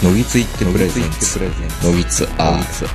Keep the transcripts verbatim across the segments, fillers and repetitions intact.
のぎついってプレゼンツのぎつアー。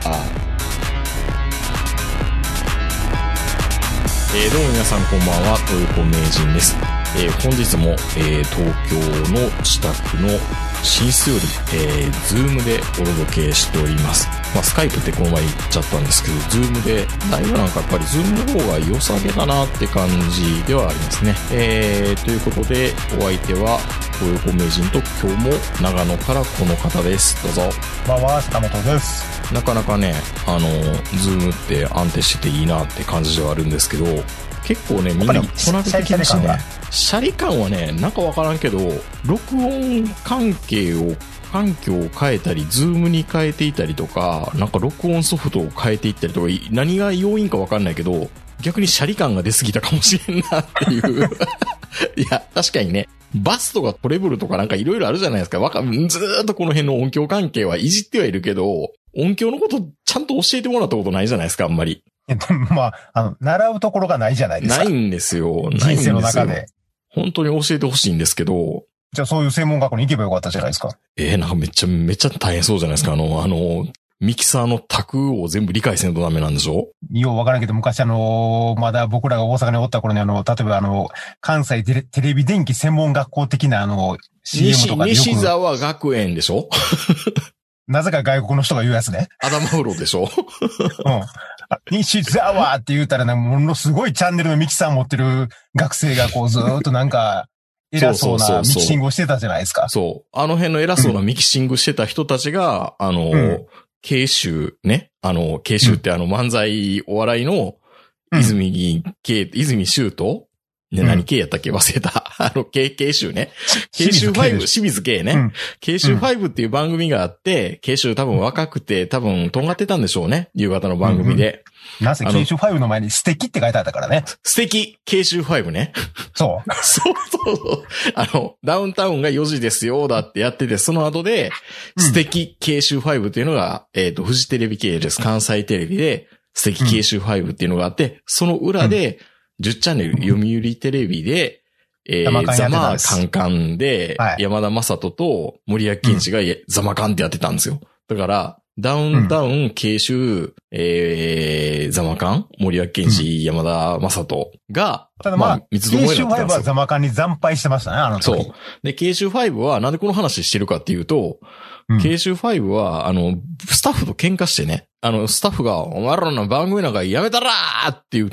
えー、どうも皆さんこんばんは、東横名人です。えー、本日も、えー、東京の自宅の寝室より、えー、ズームでお届けしております。まあ、スカイプってこの前言っちゃったんですけど、ズームで、だいぶなんかやっぱりズームの方が良さげだなって感じではありますね。えー、ということで、お相手は、東横名人と今日も長野からこの方です。どうぞ。 こんばんは、坂本です。 なかなかね、あの、ズームって安定してていいなって感じではあるんですけど、結構ね、みんなこなれてきましたね。シャリ感はね、なんかわからんけど、録音関係を、環境を変えたり、ズームに変えていたりとか、なんか録音ソフトを変えていったりとか、何が要因かわかんないけど、逆にシャリ感が出すぎたかもしれんなっていう。いや、確かにね、バスとかトレブルとかなんかいろいろあるじゃないですか。わかずーっとこの辺の音響関係はいじってはいるけど、音響のことちゃんと教えてもらったことないじゃないですか、あんまり。 いや、でもまあ、あの、習うところがないじゃないですか。 ないんですよ。ないんですよ。 人生の中で。 本当に教えてほしいんですけど。 じゃあそういう専門学校に行けばよかったじゃないですか。 えー、なんかめっちゃめっちゃ大変そうじゃないですか。あの、あの、ミキサーの卓を全部理解せんとダメなんでしょ？ ようわからんけど、昔あの、まだ僕らが大阪におった頃にあの、例えばあの、関西テレ、テレビ電気専門学校的なあの、シーエム とかでよく。 西沢学園でしょ？ なぜか外国の人が言うやつね。 アダマウロでしょ？うん。 西沢って言うたらな、ものすごいチャンネルのミキサー持ってる学生がこうずーっとなんか、偉そうなミキシングをしてたじゃないですか。 そう。あの辺の偉そうなミキシングしてた人たちが、うん、あの、うん、慶州ね。あの、慶州ってあの漫才お笑いの泉慶、うん、泉修斗ね、何慶やったっけ忘れた。あの、慶、慶州ね。慶州ファイブ、清水慶ね。うん、慶州ファイブっていう番組があって、慶州多分若くて、多分尖ってたんでしょうね。夕方の番組で。 うん、なぜ慶州ファイブの前に素敵って書いてあったからね。 素敵慶州ファイブね。 そう。 そうそうそう。あの、ダウンタウンがよじですよ、だってやってて、その後で、素敵慶州ファイブっていうのが、えっと、フジテレビ系です。関西テレビで、素敵慶州ファイブっていうのがあって、その裏で、じゅっチャンネル、読売テレビで、えー、ザマカンカンで、山田正人と森脇健児がザマカンってやってたんですよ。だから、ダウンタウン、慶州、えー、ザマカン、森脇健児、山田正人が、 ただまあ、慶州ファイブはザマカンに惨敗してましたね、あの時。 そう。で、慶州ファイブはなんでこの話してるかっていうと、慶州ファイブは、あの、スタッフと喧嘩してね、あの、スタッフが、お前らの番組なんかやめたらーって言って、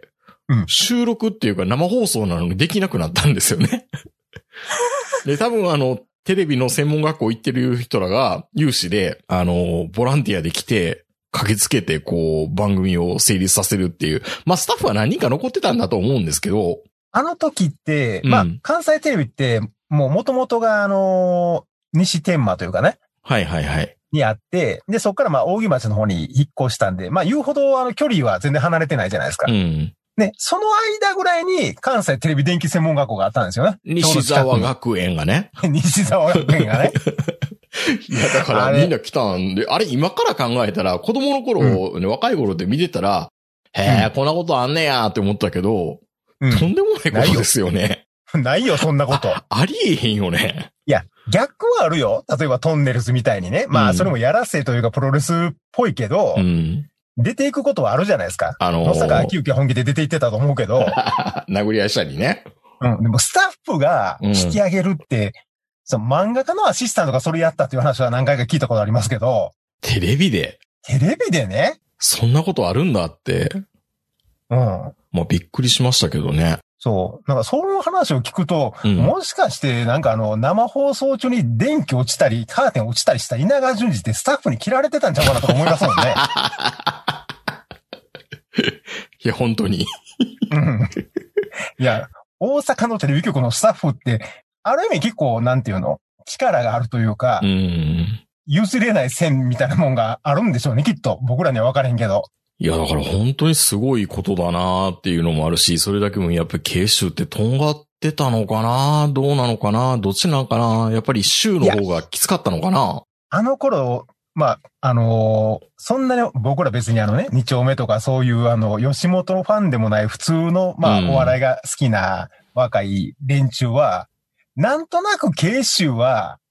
うん、収録っていうか生放送なのにできなくなったんですよね。で、多分あの、テレビの専門学校行ってる人らが有志で、あの、ボランティアで来て、駆けつけてこう、番組を成立させるっていう。まあ、スタッフは何人か残ってたんだと思うんですけど。 あの時って、うん、まあ、関西テレビって、もう元々があの、西天満というかね。 はいはいはい。 にあって、で、そっからまあ、扇町の方に引っ越したんで、まあ、言うほどあの、距離は全然離れてないじゃないですか。 うん。 ね、その間ぐらいに関西テレビ電気専門学校があったんですよね。 西沢学園がね。 西沢学園がね。 いや、だからみんな来たんで、あれ今から考えたら子供の頃、ね、うん、若い頃で見てたら、へえ、うん、こんなことあんねやって思ったけど、うん、とんでもないことですよね。 ないよ、そんなこと。 あ、ありえへんよね。 いや、逆はあるよ。例えばトンネルズみたいにね。まあ、それもやらせというかプロレスっぽいけど、うん出ていくことはあるじゃないですか。あのー、野坂昭之は本気で出ていってたと思うけど。 殴り合いしたりね。 うん。でもスタッフが引き上げるって、うん、その漫画家のアシスタントがそれやったっていう話は何回か聞いたことありますけど。 テレビでテレビでね。 そんなことあるんだって。 うん。 まあびっくりしましたけどね。 そう。なんかその話を聞くと、うん、もしかしてなんかあの生放送中に電気落ちたり、カーテン落ちたりした稲川淳二ってスタッフに切られてたんちゃうかなと思いますもんね。 いや、本当に。 うん。いや、大阪のテレビ局のスタッフって、ある意味結構なんていうの、力があるというか、 うん、 譲れない線みたいなもんがあるんでしょうね、きっと。僕らには分からへんけど。 いや、だから本当にすごいことだなーっていうのもあるし、それだけもやっぱり慶州ってとんがってたのかなどうなのかなどっちなのかなやっぱり州の方がきつかったのかなあの頃、まあ、あのー、そんなに僕ら別にあのね、二丁目とかそういうあの、吉本のファンでもない普通の、まあ、お笑いが好きな若い連中は、なんとなく慶州は、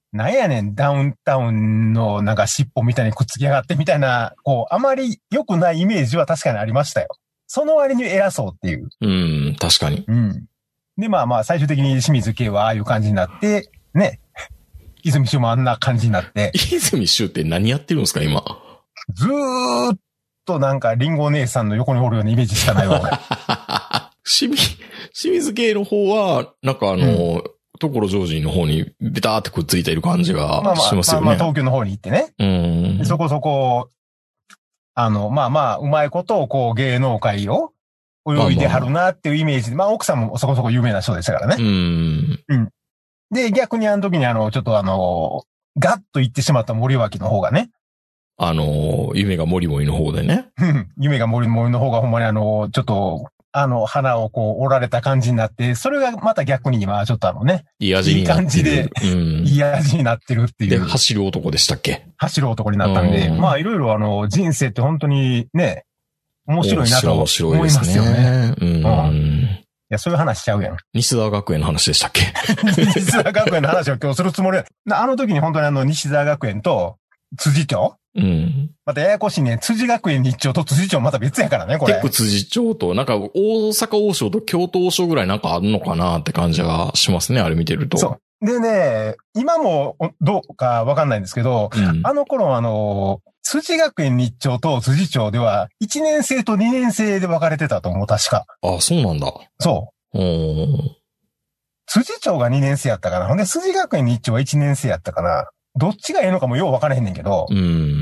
なんやねん、ダウンタウンのなんか尻尾みたいにくっつきやがってみたいな、こう、あまり良くないイメージは確かにありましたよ。その割に偉そうっていう。 うん、確かに。 うん。で、まあまあ、最終的に清水圭はああいう感じになって、ね。泉秀もあんな感じになって。 泉秀って何やってるんですか、今。 ずーっとなんか、リンゴお姉さんの横におるようなイメージしかないわ、俺。 清水、清水圭の方は、なんかあの、うん所ジョージの方にベターってくっついている感じがしますよね。 まあまあ、まあまあ、東京の方に行ってね。 うん。 そこそこ、あの、まあまあ、うまいことをこう芸能界を泳いではるなっていうイメージで、まあ、まあ、奥さんもそこそこ有名な人でしたからね。 うん。 うん。で、逆にあの時にあの、ちょっとあの、ガッと言ってしまった森脇の方がね。 あの、夢が森森の方でね。 うん。夢が森森の方がほんまにあの、ちょっと、あの、花をこう、折られた感じになって、それがまた逆に今、ちょっとあのね。 いい味になってる。いい感じで、 うん、いい味になってるっていう。 で、走る男でしたっけ？ 走る男になったんで、まあ、いろいろあの、人生って本当にね、面白いなと思いますよね。面白いですね。うん。うん、いや、そういう話しちゃうやん。 西沢学園の話でしたっけ？ 西沢学園の話を今日するつもりや。あの時に本当にあの、西沢学園と、辻町うん。 またややこしいね。辻学園日町と辻町また別やからね、これ。 結構辻町と、なんか大阪王将と京都王将ぐらいなんかあるのかなって感じがしますね、あれ見てると。 そう。でね、今もどうかわかんないんですけど、うん、あの頃あの、辻学園日町と辻町では、いちねん生とにねん生で分かれてたと思う、確か。 あ、そうなんだ。 そう。辻町がにねん生やったかな。ほんで、辻学園日町はいちねん生やったかな。どっちがいいのかもよう分からへんねんけど。 うん。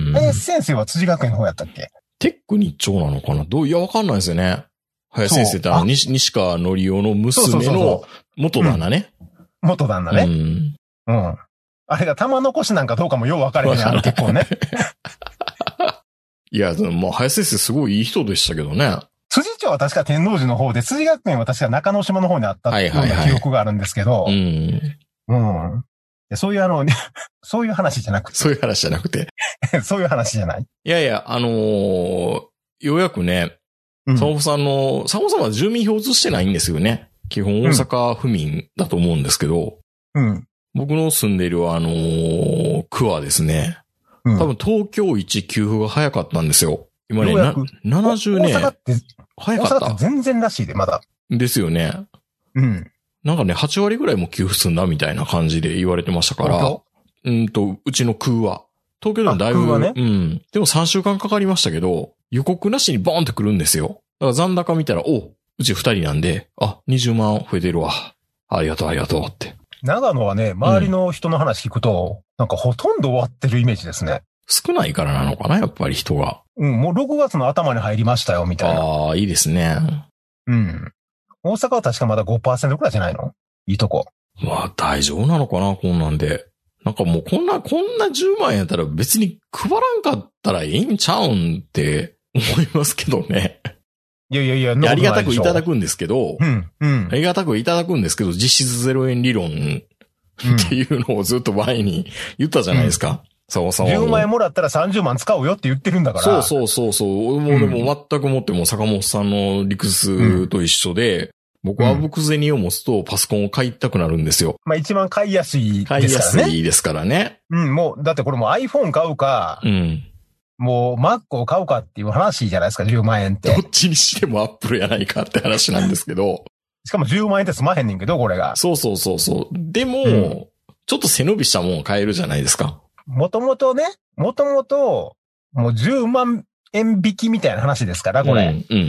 林先生は辻学園の方やったっけ？ テック日町なのかなどういや、分かんないですよね。林先生ってあの、西、西川のりおの娘の元旦那ね。 うん、元旦那ね。うん。うん。あれが玉残しなんかどうかもよう分からへんねん、あの結婚ね。 いや、まあ、林先生すごいいい人でしたけどね。 辻町は確か天王寺の方で、辻学園は確か中之島の方にあったような記憶があるんですけど。 はいはいはい、うん。うん。そういうあの、そういう話じゃなくて。 そういう話じゃなくて。 そういう話じゃない。 いやいや、あのー、ようやくね、サモさんの、サモさんは住民票移してないんですよね。基本大阪府民だと思うんですけど。 うん。 僕の住んでいるあのー、区はですね、うん、多分東京一給付が早かったんですよ。今ね、なななじゅうね、 大阪って早かった。 大阪って全然らしいで、まだ。 ですよね。 うん。 なんかね、はち割ぐらいも給付すんだみたいな感じで言われてましたから。うんと、うちの区は。東京でもだいぶ、ね、うん。でもさんしゅうかんかかりましたけど、予告なしにボーンって来るんですよ。だから残高見たら、お、うちふたりなんで、あ、にじゅうまん増えてるわ。ありがとう、ありがとうって。 長野はね、周りの人の話聞くと、うん、なんかほとんど終わってるイメージですね。 少ないからなのかな、やっぱり人が。 うん、もうろくがつの頭に入りましたよ、みたいな。 ああ、いいですね。 うん。大阪は確かまだ ごパーセント くらいじゃないの？いいとこ。 まあ大丈夫なのかな、こんなんで。なんかもうこんな、こんなじゅうまん円やったら別に配らんかったらええんちゃうんって思いますけどね。 いやいやいや、 ありがたくいただくんですけど、 うん、うん。 ありがたくいただくんですけど、実質ゼロえん理論っていうのをずっと前に言ったじゃないですか。うん、そうそう。 じゅうまん円もらったらさんじゅうまん使うよって言ってるんだから。 そうそうそうそう。もうでも全くもっても坂本さんの理屈と一緒で、うん僕は僕銭を持つとパソコンを買いたくなるんですよ。 まあ一番買いやすいですからね。 買いやすいですからね。 うん、もう、だってこれもう iPhone 買うか、 うん。 もう Mac を買うかっていう話じゃないですか、じゅうまん円って。 どっちにしても Apple やないかって話なんですけど。 しかもじゅうまん円って済まへんねんけど、これが。 そうそうそうそう。でも、うん、ちょっと背伸びしたもんを買えるじゃないですか。 もともとね、もともと、もうじゅうまん円引きみたいな話ですから、これ。 うん、うん、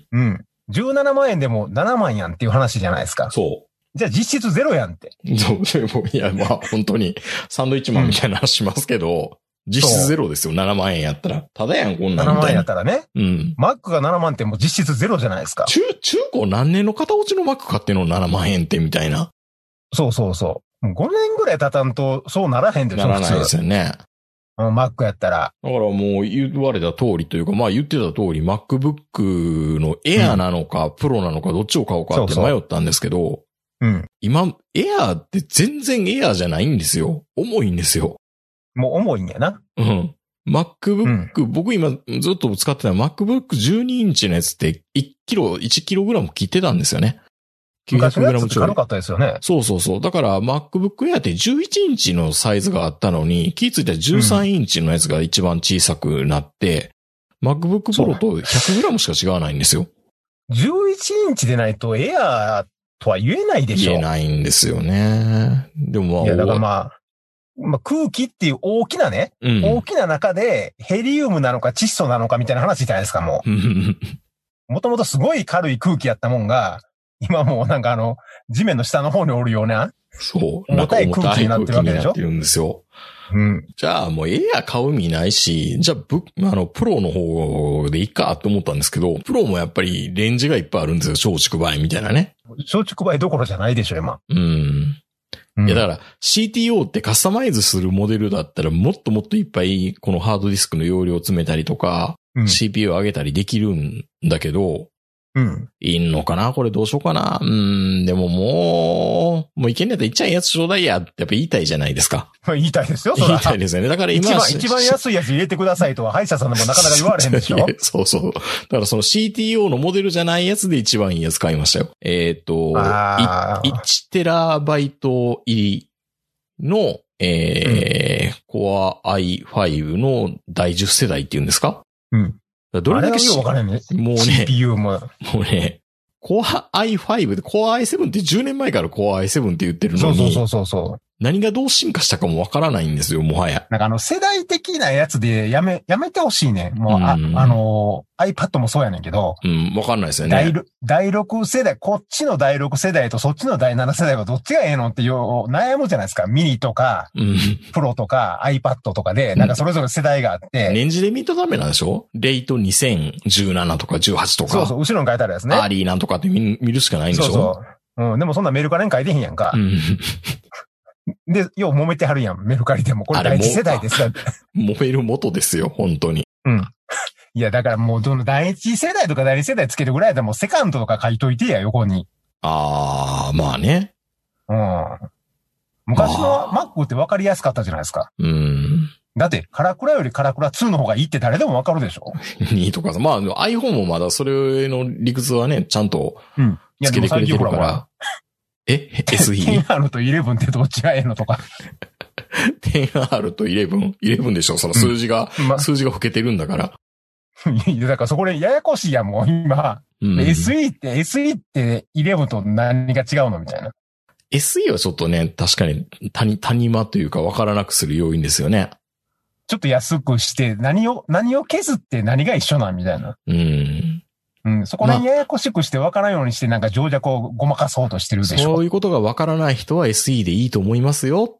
うん。うんじゅうななまん円でもななまんやんっていう話じゃないですか。 そう。 じゃあ実質ゼロやんって。 そう、いや、まあ本当にサンドイッチマンみたいな話しますけど、うん、実質ゼロですよ、ななまん円やったら。ただやん、こんなんみたいな。 ななまん円やったらね。 うん。 マックがななまんってもう実質ゼロじゃないですか。 中、中古何年の型落ちのマック買ってんのななまん円ってみたいな。 そうそうそう。ごねんぐらい経たんとそうならへんでしょ。 ならないですよね。 マックやったら。 だからもう言われた通りというか、まあ言ってた通り MacBook の Air なのか、うん、Pro なのかどっちを買おうかって迷ったんですけど、 そうそううん、 今 Air って全然 Air じゃないんですよ。重いんですよ。 もう重いんやな。 うん。MacBook、うん、僕今ずっと使ってた MacBook じゅうにインチのやつっていちキロ、いちキログラム切ってたんですよね。 きゅうひゃくグラム ちょい。 軽かったですよね。 そうそうそう。だから MacBook Air ってじゅういちインチのサイズがあったのに、気づいたらじゅうさんインチのやつが一番小さくなって、うん、MacBook Pro と ひゃくグラム しか違わないんですよ。 じゅういちインチでないと Air とは言えないでしょ。 言えないんですよね。でもまあ。 いや、だからまあ、まあ、空気っていう大きなね、うん、大きな中でヘリウムなのか窒素なのかみたいな話じゃないですか、もう。もともとすごい軽い空気やったもんが、今もうなんかあの、地面の下の方におるような、 そう。 重たい空気になってるわけでしょ。 重たい空気になってるんですよ。 うん。 じゃあもうエア買う意味ないし、じゃあぶ、あの、プロの方でいいかって思ったんですけど、プロもやっぱりレンジがいっぱいあるんですよ、松竹梅みたいなね。 松竹梅どころじゃないでしょ、今。 うん。いやだから シーティーオー ってカスタマイズするモデルだったらもっともっといっぱいこのハードディスクの容量を詰めたりとか、うん、シーピーユー 上げたりできるんだけど、 うん。 いんのかなこれどうしようかなうーん、でももう、もういけんやったらいっちゃんやつちょうだいやってやっぱ言いたいじゃないですか。 言いたいですよ、そ言いたいですよね。だから今一番、一番安いやつ入れてくださいとは歯医者さんでもなかなか言われへんでしょそうそう。だからその シーティーオー のモデルじゃないやつで一番いいやつ買いましたよ。えっ、ー、と、いちテラバイト入りの、えー、うん、Core アイファイブ のだいじゅっ世代っていうんですか？ うん。 どれだけし、 わからんね。 もうね、 シーピーユー も。 もうね、Core アイファイブ で Core アイセブン ってじゅうねんまえから Core アイセブン って言ってるのに。 そうそうそうそう。 何がどう進化したかもわからないんですよ、もはや。 なんかあの、世代的なやつでやめ、やめてほしいね。もう、うん、あ、あの、iPad もそうやねんけど。 うん、わかんないですよね。 第、第ろく世代、こっちのだいろく世代とそっちのだいなな世代はどっちがええのっていう悩むじゃないですか。ミニとか、うん、プロとか iPad とかで、なんかそれぞれ世代があって。うん、 年次で見たダメなんでしょ？レイトにせんじゅうななとかじゅうはちとか。 そうそう、後ろに書いてあるやつね。 アーリーなんとかって 見, 見るしかないんでしょ？ そうそう。うん、でもそんなメルカリに書いてへんやんか。うんで、よう揉めてはるやん。メルカリでも。これ第一世代ですか揉める元ですよ、本当に。 うん。いや、だからもう、どの第一世代とか第二世代つけるぐらいでもセカンドとか書いといてや、横に。 あー、まあね。 うん。昔の Mac って分かりやすかったじゃないですか。 うん。 だって、カラクラよりカラクラツーの方がいいって誰でも分かるでしょいいとかさ。まあ、iPhone もまだそれの理屈はね、ちゃんとつけてくれてるから。うんえ エスイー？ テンアール とじゅういちってどっちがええのとか。 テンアール とじゅういち？ じゅういちでしょその数字が、うんま、数字が老けてるんだから。 いや、だからそこでややこしいやん、もう今。うん、エスイー って、エスイー ってじゅういちと何が違うのみたいな。 エスイー はちょっとね、確かに谷、谷間というか分からなくする要因ですよね。 ちょっと安くして、何を、何を消すって何が一緒なんみたいな。 うん。 うん、そこら辺ややこしくして分からんようにしてなんか情弱をごまかそうとしてるでしょ。 そういうことが分からない人は エスイー でいいと思いますよって、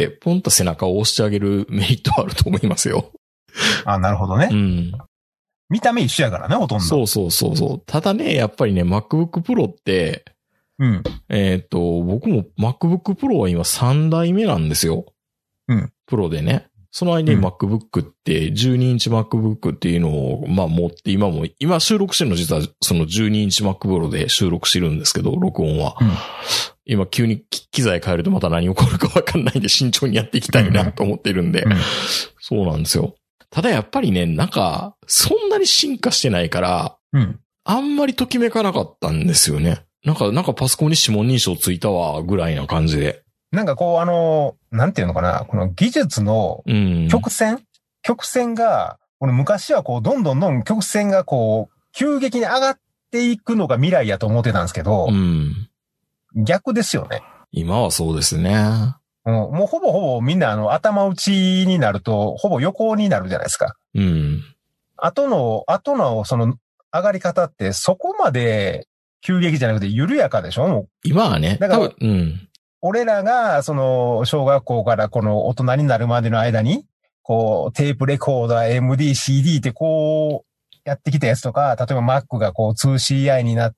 ポンと背中を押してあげるメリットはあると思いますよ。 あ、なるほどね。 うん。 見た目一緒やからね、ほとんど。 そうそうそうそう。ただね、やっぱりね、MacBook Pro って、 うん。 えっと、僕も MacBook Pro は今さん代目なんですよ。 うん。 プロでね。その間に MacBook ってじゅうにインチ MacBook っていうのをまあ持って今も今収録してるの実はそのじゅうにインチ MacBook で収録してるんですけど録音は、うん、今急に機材変えるとまた何起こるかわかんないんで慎重にやっていきたいなと思ってるんで、うんうん、そうなんですよ。ただやっぱりねなんかそんなに進化してないから、 うん、 あんまりときめかなかったんですよね。なんかなんかパソコンに指紋認証ついたわぐらいな感じで。 なんかこうあの、なんていうのかな、この技術の曲線、うん、曲線が、この昔はこう、どんどんどん曲線がこう、急激に上がっていくのが未来やと思ってたんですけど、 うん、 逆ですよね。 今はそうですね。 うん、もうほぼほぼみんなあの、頭打ちになると、ほぼ横になるじゃないですか。 うん。 後の、後のその、上がり方ってそこまで急激じゃなくて緩やかでしょもう今はね。 だから、 うん。 俺らが、その、小学校からこの大人になるまでの間に、こう、テープレコーダー、エムディー、シーディー ってこう、やってきたやつとか、例えば Mac がこう ツーシーアイ になって、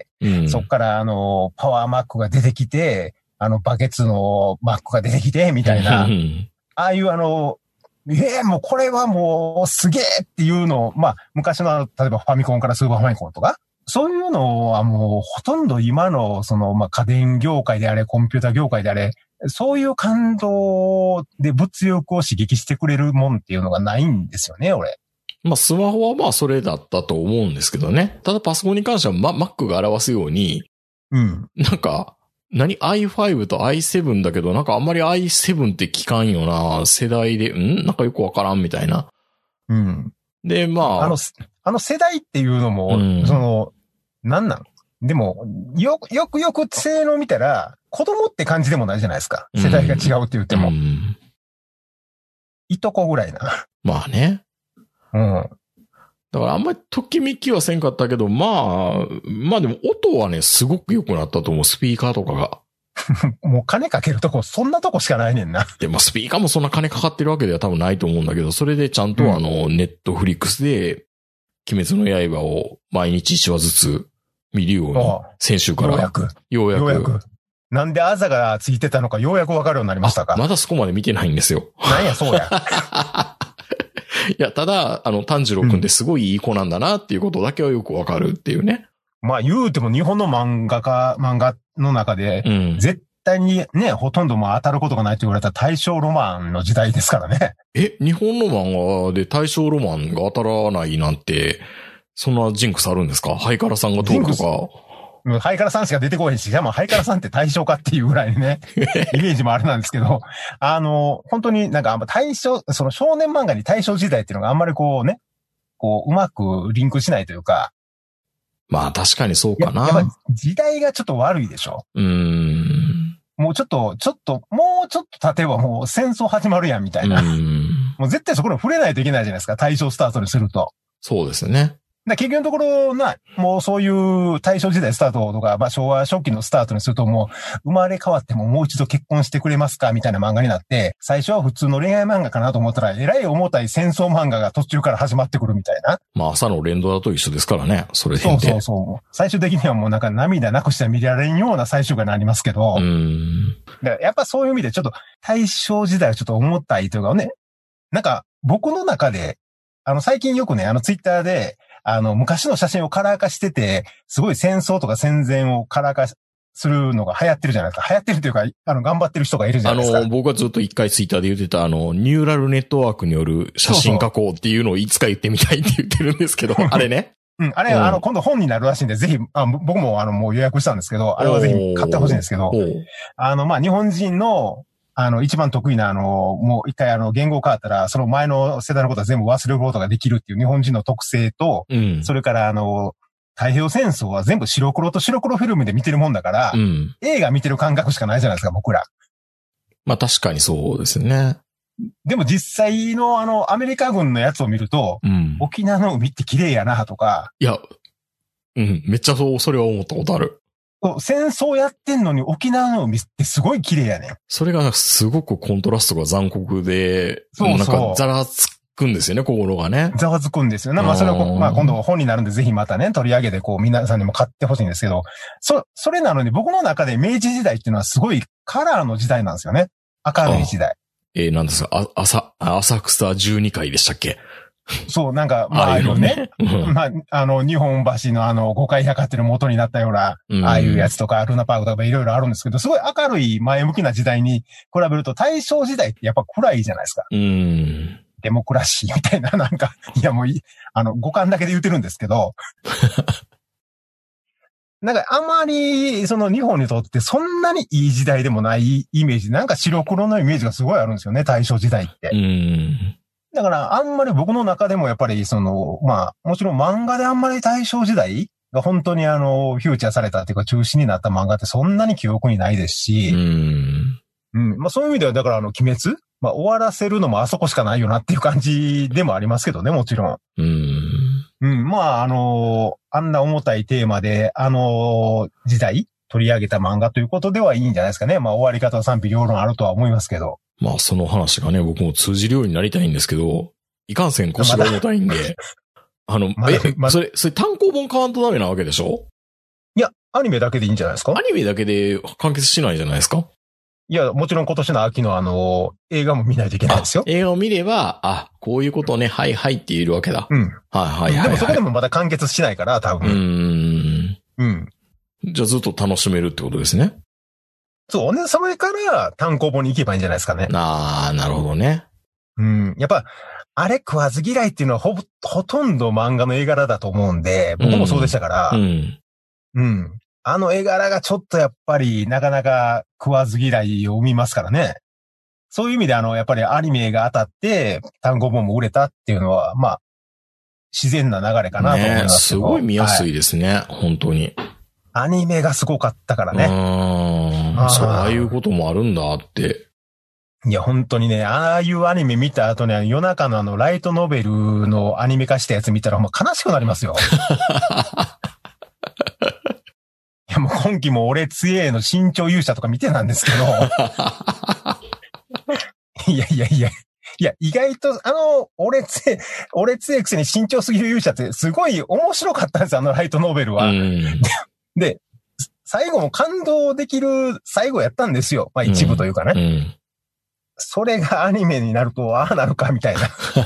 うん、 そっからあの、パワー Mac が出てきて、あの、バケツの Mac が出てきて、みたいな、ああいうあの、ええー、もうこれはもうすげえっていうのを、まあ、昔の、例えばファミコンからスーパーファミコンとか、そういうのはもうほとんど今のそのまあ家電業界であれコンピューター業界であれそういう感動で物欲を刺激してくれるもんっていうのがないんですよね、俺。 まあスマホはまあそれだったと思うんですけどね。ただパソコンに関しては、ま、Mac が表すようにうん。 なんか、何 アイファイブ と アイセブン だけど、なんかあんまり アイセブン って聞かんよな、世代で、んなんかよくわからんみたいな。 うん。 で、まあ。 あの、あの世代っていうのも、うん、その、なんなんでも、よ、よくよく性能見たら、子供って感じでもないじゃないですか。世代が違うって言っても。うん、いとこぐらいな。 まあね。 うん。 だからあんまりときめきはせんかったけど、まあ、まあでも音はね、すごく良くなったと思う、スピーカーとかが。 もう金かけるとこ、そんなとこしかないねんな。 で、まあスピーカーもそんな金かかってるわけでは多分ないと思うんだけど、それでちゃんとあの、ネットフリックスで、鬼滅の刃を毎日いちわずつ見るように、先週から。 ようやく。 ようやく。ようやく。 なんであざがついてたのかようやくわかるようになりましたか？ まだそこまで見てないんですよ。 なんや、そうや。 いや、ただ、あの、炭治郎くんってすごいいい子なんだなっていうことだけはよくわかるっていうね。 うん、まあ言うても日本の漫画家、漫画の中で、うん、絶対にね、ほとんども当たることがないって言われた大正ロマンの時代ですからね。 え、日本の漫画で大正ロマンが当たらないなんて、そんなジンクスあるんですか？ハイカラさんが通るとか。 ハイカラさんしか出てこへんし、じゃあもうハイカラさんって大正かっていうぐらいね、イメージもあれなんですけど、あの、本当になんかあんま大正、その少年漫画に大正時代っていうのがあんまりこうね、こううまくリンクしないというか。 まあ確かにそうかな。 や, やっぱ時代がちょっと悪いでしょ。 うーん。 もうちょっと、ちょっと、もうちょっと経てばもう戦争始まるやんみたいな。うーん。もう絶対そこに触れないといけないじゃないですか、大正スタートにすると。 そうですね。 だ結局のところな、もうそういう大正時代スタートとか、まあ昭和初期のスタートにするともう、生まれ変わってももう一度結婚してくれますかみたいな漫画になって、最初は普通の恋愛漫画かなと思ったら、えらい重たい戦争漫画が途中から始まってくるみたいな。 まあ朝の連動だと一緒ですからね、それで。 そうそうそう。最終的にはもうなんか涙なくしては見られんような最終回になりますけど、 うーん。 だからやっぱそういう意味でちょっと大正時代をちょっと重たいというかね、なんか僕の中で、あの最近よくね、あのツイッターで、あの、昔の写真をカラー化してて、すごい戦争とか戦前をカラー化するのが流行ってるじゃないですか。流行ってるというか、あの、頑張ってる人がいるじゃないですか。 あの、僕はずっと一回ツイッターで言ってた、あの、ニューラルネットワークによる写真加工っていうのをいつか言ってみたいって言ってるんですけど、あれね。 うん、あれ、うん、あの、今度本になるらしいんで、ぜひ、あ僕もあの、もう予約したんですけど、あれはぜひ買ってほしいんですけど、あの、まあ、日本人の、あの、一番得意な、あの、もう一回あの、言語変わったら、その前の世代のことは全部忘れることができるっていう日本人の特性と、うん、それからあの、太平洋戦争は全部白黒と白黒フィルムで見てるもんだから、うん、映画見てる感覚しかないじゃないですか、僕ら。 まあ確かにそうですね。 でも実際のあの、アメリカ軍のやつを見ると、うん、沖縄の海って綺麗やなとか。 いや、うん、めっちゃそう、それは思ったことある。 戦争やってんのに沖縄の海ってすごい綺麗やねん。 それがすごくコントラストが残酷で、そうそうなんかざらつくんですよね、心がね。 ざわつくんですよね。まあそれは、まあ今度本になるんでぜひまたね、取り上げてこう皆さんにも買ってほしいんですけど、そ、それなのに僕の中で明治時代っていうのはすごいカラーの時代なんですよね。明るい時代。 えー、なんですか、あ、朝、浅草じゅうにかいでしたっけ？ そう、なんか、まあ、ああいうね、まあ、あの、日本橋のあの、五階百貨店の元になったような、うん、ああいうやつとか、ルナパークとかいろいろあるんですけど、すごい明るい前向きな時代に比べると、大正時代ってやっぱ暗いじゃないですか。 うん。 デモクラシーみたいな、なんか、いやもういい、あの、五感だけで言ってるんですけど、なんかあまり、その日本にとってそんなにいい時代でもないイメージ、なんか白黒のイメージがすごいあるんですよね、大正時代って。 うん。 だから、あんまり僕の中でもやっぱり、その、まあ、もちろん漫画であんまり大正時代が本当にあの、フューチャーされたっていうか中止になった漫画ってそんなに記憶にないですし、 うん。 うん。まあそういう意味では、だからあの、鬼滅まあ終わらせるのもあそこしかないよなっていう感じでもありますけどね、もちろん。 うん。 うん。まあ、あの、あんな重たいテーマで、あの、時代取り上げた漫画ということではいいんじゃないですかね。まあ終わり方は賛否両論あるとは思いますけど。 まあその話がね、僕も通じるようになりたいんですけど、いかんせん腰が重たいんで、あの、ま、え、ま、それ、それ単行本買わんとダメなわけでしょ？ いや、アニメだけでいいんじゃないですか？ アニメだけで完結しないじゃないですか？ いや、もちろん今年の秋のあの、映画も見ないといけないですよ。 映画を見れば、あ、こういうことね、はいはいって言えるわけだ。 うん。 はいはいはい、はい。 でもそこでもまだ完結しないから、多分。 うーん。 うん。 じゃあずっと楽しめるってことですね。 そうね。それから単行本に行けばいいんじゃないですかね。 ああ、なるほどね。 うん。やっぱ、あれ食わず嫌いっていうのはほぼ、ほとんど漫画の絵柄だと思うんで、僕もそうでしたから。 うん。 うん。 あの絵柄がちょっとやっぱりなかなか食わず嫌いを生みますからね。そういう意味であの、やっぱりアニメが当たって単語本も売れたっていうのは、まあ、自然な流れかなと思いますけど。 ね、すごい見やすいですね、はい、本当に。 アニメがすごかったからね。 うん。そう、ああいうこともあるんだって。 いや、本当にね、ああいうアニメ見た後に夜中のあの、ライトノベルのアニメ化したやつ見たらもう悲しくなりますよ。いや、もう今期も俺強えの身長勇者とか見てたんですけど。いやいやいや。いや、意外と、あの、俺強え、俺強えくせに身長すぎる勇者ってすごい面白かったんですよ、あのライトノベルは。うんで、最後も感動できる最後やったんですよ。まあ一部というかね。うんうん、それがアニメになると、ああなるかみたいな。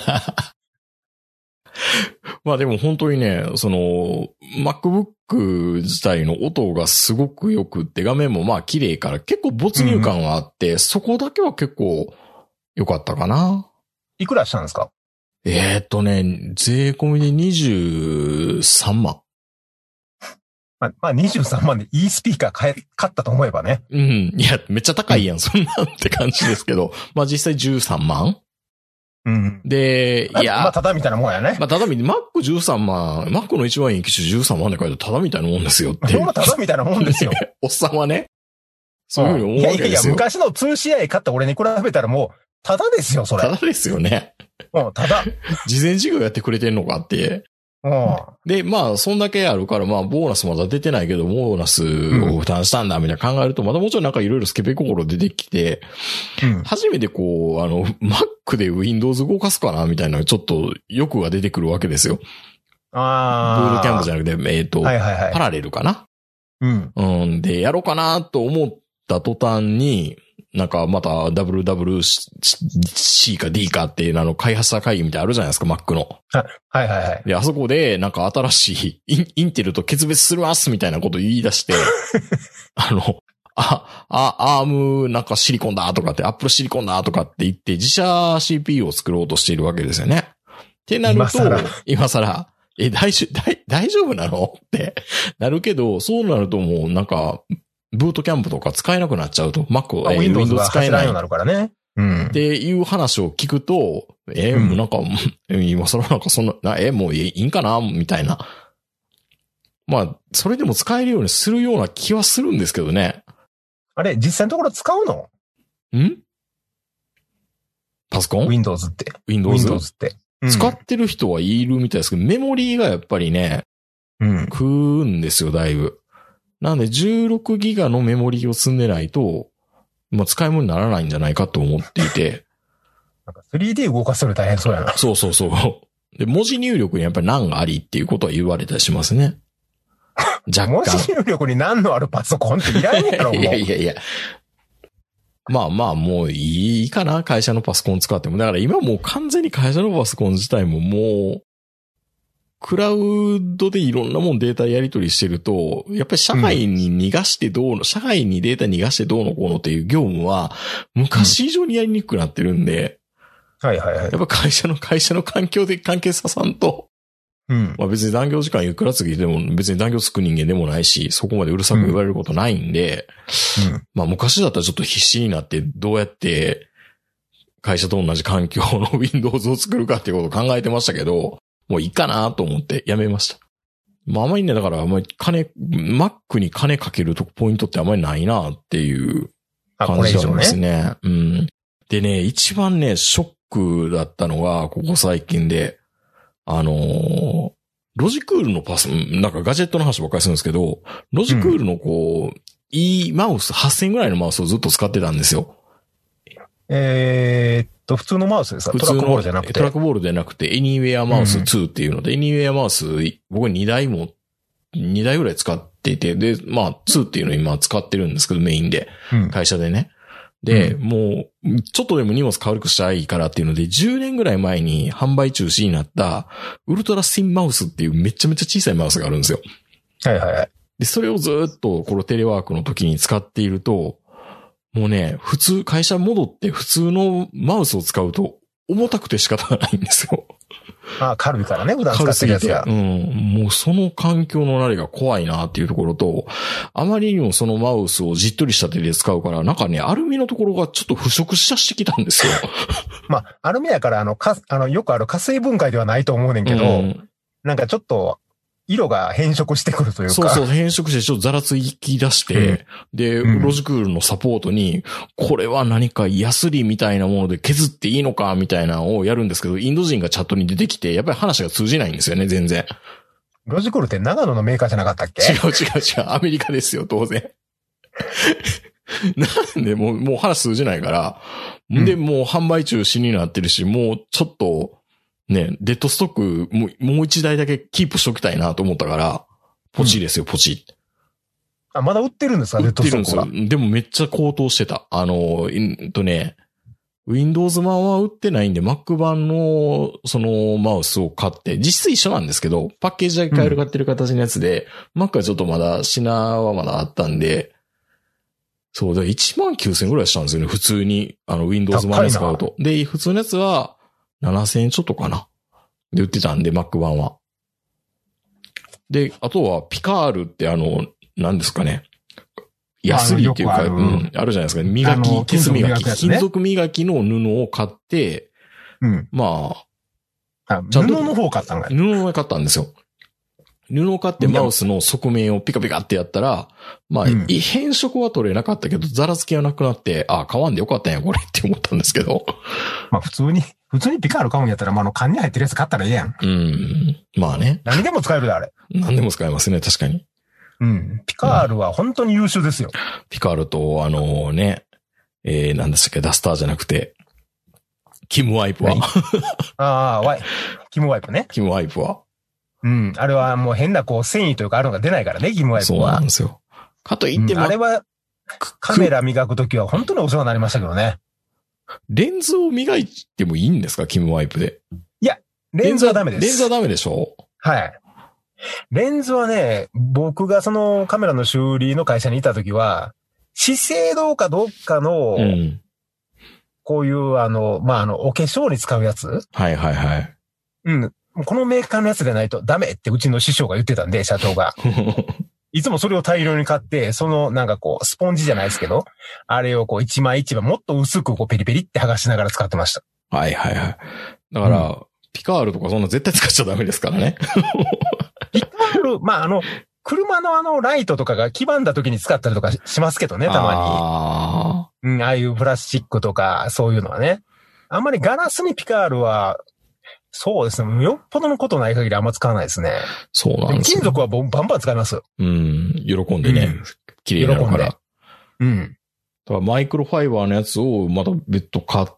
まあでも本当にね、その、MacBook 自体の音がすごく良くって、画面もまあ綺麗から結構没入感はあって、うん、そこだけは結構良かったかな。 いくらしたんですか？ えーっとね、税込みでにじゅうさんまん。 まあ、まあ、にじゅうさんまんでいいスピーカー買え、買ったと思えばね。 うん。いや、めっちゃ高いやん、そんなんって感じですけど。まあ実際じゅうさんまんうん。 で、いや。 まあ、ただみたいなもんやね。 まあ、ただみ、Mac じゅうさんまん、Mac の一番いい機種じゅうさんまんで書いてただみたいなもんですよって。 ほんまただみたいなもんですよ。 おっさんはね。そういうふうに思うわけですよ。いやいやいや、 昔の ツーシーアイ 買った俺に比べたらもう、ただですよ、それ。 ただですよね。 うん、ただ。 事前事業やってくれてんのかって。 うん、 で、まあ、そんだけあるから、まあ、ボーナスまだ出てないけど、ボーナスを負担したんだ、みたいな考えると、まだもちろんなんかいろいろスケベ心出てきて、うん、初めてこう、あの、Mac で Windows 動かすかな、みたいな、ちょっと欲が出てくるわけですよ。 ああ。 ブートキャンプじゃなくて、えっ、ー、と、 はいはいはい、 パラレルかな。 うん。 うん。で、やろうかなと思った途端に、なんかまた ダブリューダブリューシー か D かっていうあの開発者会議みたいなのあるじゃないですか、Mac の。 はいはいはい。 で、あそこでなんか新しいイン、インテルと決別するますみたいなこと言い出して、あの、あ、あ、アームなんかシリコンだとかって、アップルシリコンだとかって言って自社 シーピーユー を作ろうとしているわけですよね。ってなると、今更、今更え、大丈夫、大、大丈夫なのってなるけど、そうなるともうなんか、ブートキャンプとか使えなくなっちゃうと、Mac を、 えー、Windows が使えないようになるからね。 うん。っていう話を聞くと、えー、もうなんか、うん、今更なんかそんな、えー、もういいんかなみたいな。まあ、それでも使えるようにするような気はするんですけどね。 あれ、実際のところ使うの？ ん？パソコン？ Windows って。 Windows? Windows って、 うん。使ってる人はいるみたいですけど、メモリーがやっぱりね、うん。食うんですよ、だいぶ。なんでじゅうろくギガのメモリーを積んでないと、まあ、使い物にならないんじゃないかと思っていて。 なんか スリーディー 動かすの大変そうやな。 そうそうそう。で、文字入力にやっぱり難がありっていうことは言われたりしますね。若干。 文字入力に難のあるパソコンっていらんやろ、もう。 いやいやいや。まあまあもういいかな、会社のパソコン使っても。だから今もう完全に会社のパソコン自体ももう、クラウドでいろんなもんデータやり取りしてると、やっぱり社外に逃がしてどうの、うん、社外にデータ逃がしてどうのこうのっていう業務は、昔以上にやりにくくなってるんで、 うん、はいはいはい。 やっぱ会社の、会社の環境で関係ささんと、うん。まあ別に残業時間いくらつぎでも、別に残業つく人間でもないし、そこまでうるさく言われることないんで、うん。まあ昔だったらちょっと必死になって、どうやって、会社と同じ環境の Windows を作るかっていうことを考えてましたけど、もういいかなと思ってやめました。まああまりね、だからあまり金、Mac に金かけるとポイントってあまりないなっていう感じなんですね。ねうん。でね、一番ね、ショックだったのが、ここ最近で、あのー、ロジクールのパス、なんかガジェットの話ばっかりするんですけど、ロジクールのこう、うん、いいマウス、はっせんぐらいのマウスをずっと使ってたんですよ。 えー、っと、普通のマウスですか？トラックボールじゃなくて。 トラックボールじゃなくて、エニウェアマウスツーっていうので、うん、エニウェアマウス、僕にだいも、にだいぐらい使っていて、で、まあ、ツーっていうのを今使ってるんですけど、メインで。うん、会社でね。で、うん、もう、ちょっとでも荷物軽くしたいからっていうので、じゅうねんぐらい前に販売中止になった、ウルトラスインマウスっていうめちゃめちゃ小さいマウスがあるんですよ。 はいはいはい。 で、それをずっと、このテレワークの時に使っていると、もうね、普通、会社戻って普通のマウスを使うと重たくて仕方がないんですよ。 ああ、軽いからね、普段使ってるやつが。 うん。もうその環境のなりが怖いなっていうところと、あまりにもそのマウスをじっとりした手で使うから、なんかね、アルミのところがちょっと腐食しだしてきたんですよ。 まあ、アルミやから、あの、か、あの、よくある加水分解ではないと思うねんけど、うん、なんかちょっと、色が変色してくるというか。 そうそう、変色してちょっとザラつき出して、うん、で、うん、ロジクールのサポートに、これは何かヤスリみたいなもので削っていいのかみたいなのをやるんですけど、インド人がチャットに出てきて、やっぱり話が通じないんですよね、全然。ロジクールって長野のメーカーじゃなかったっけ？ 違う違う違う、アメリカですよ、当然。なんで、もう、もう話通じないから、うん、で、もう販売中止になってるし、もうちょっと、ね、デッドストックもう、もう一台だけキープしときたいなと思ったから、ポチですよ、うん、ポチ。 あ、まだ売ってるんですか？デッドストックは。 売ってるんですよ。でもめっちゃ高騰してた。あの、えっとね、Windows 版は売ってないんで、Mac 版の、その、マウスを買って、実質一緒なんですけど、パッケージだけ変える買ってる形のやつで、うん、Mac はちょっとまだ、品はまだあったんで、そうだ、いちまんきゅうせんぐらいしたんですよね、普通に、あの、Windows 版で使うと。で、普通のやつは、ななせんえんちょっとかな。で売ってたんで、Mac 版は。で、あとは、ピカールってあの、何ですかね。ヤスリっていうか、うん、あるじゃないですか。磨き、消す磨き、金属磨きの布を買って、うん、まあ、あ布の方を買ったんかい。 布を買ったんですよ。布を買ってマウスの側面をピカピカってやったら、まあ、うん、変色は取れなかったけど、ザラつきはなくなって、あ、買わんでよかったんや、これって思ったんですけど。 まあ、普通に、普通にピカール買うんやったら、まあ、あの、缶に入ってるやつ買ったらええやん。 うん。まあね。 何でも使えるで、あれ。 何でも使えますね、確かに。 うん。ピカールは本当に優秀ですよ。うん、 ピカールと、あのね、えー、何でしたっけ、ダスターじゃなくて、キムワイプは。 ああ、ワイ、キムワイプね。 キムワイプは。 うん。あれはもう変なこう繊維というかあるのが出ないからね、キムワイプは。 そうなんですよ。かといっても、 うん、あれはカメラ磨くときは本当にお世話になりましたけどね。 レンズを磨いてもいいんですか、キムワイプで。 いや、レンズはダメです。 レンズはダメでしょ？ はい。レンズはね、僕がそのカメラの修理の会社にいたときは、資生堂かどっかの、うん、こういうあの、まあ、あの、お化粧に使うやつ？ はいはいはい。 うん。このメーカーのやつでないとダメってうちの師匠が言ってたんで、社長が。いつもそれを大量に買って、そのなんかこう、スポンジじゃないですけど、あれをこう一枚一枚もっと薄くこうペリペリって剥がしながら使ってました。 はいはいはい。だから、うん、ピカールとかそんな絶対使っちゃダメですからね。 ピカール、まああの、車のあのライトとかが黄ばんだ時に使ったりとかしますけどね、たまに。ああ。うん、ああいうプラスチックとかそういうのはね。あんまりガラスにピカールは、そうですね。よっぽどのことない限りあんま使わないですね。 そうなんですよ。 金属はバンバン使います。 うん。喜んでね。うん、綺麗になるから。 うん。 だからマイクロファイバーのやつをまた別途買って、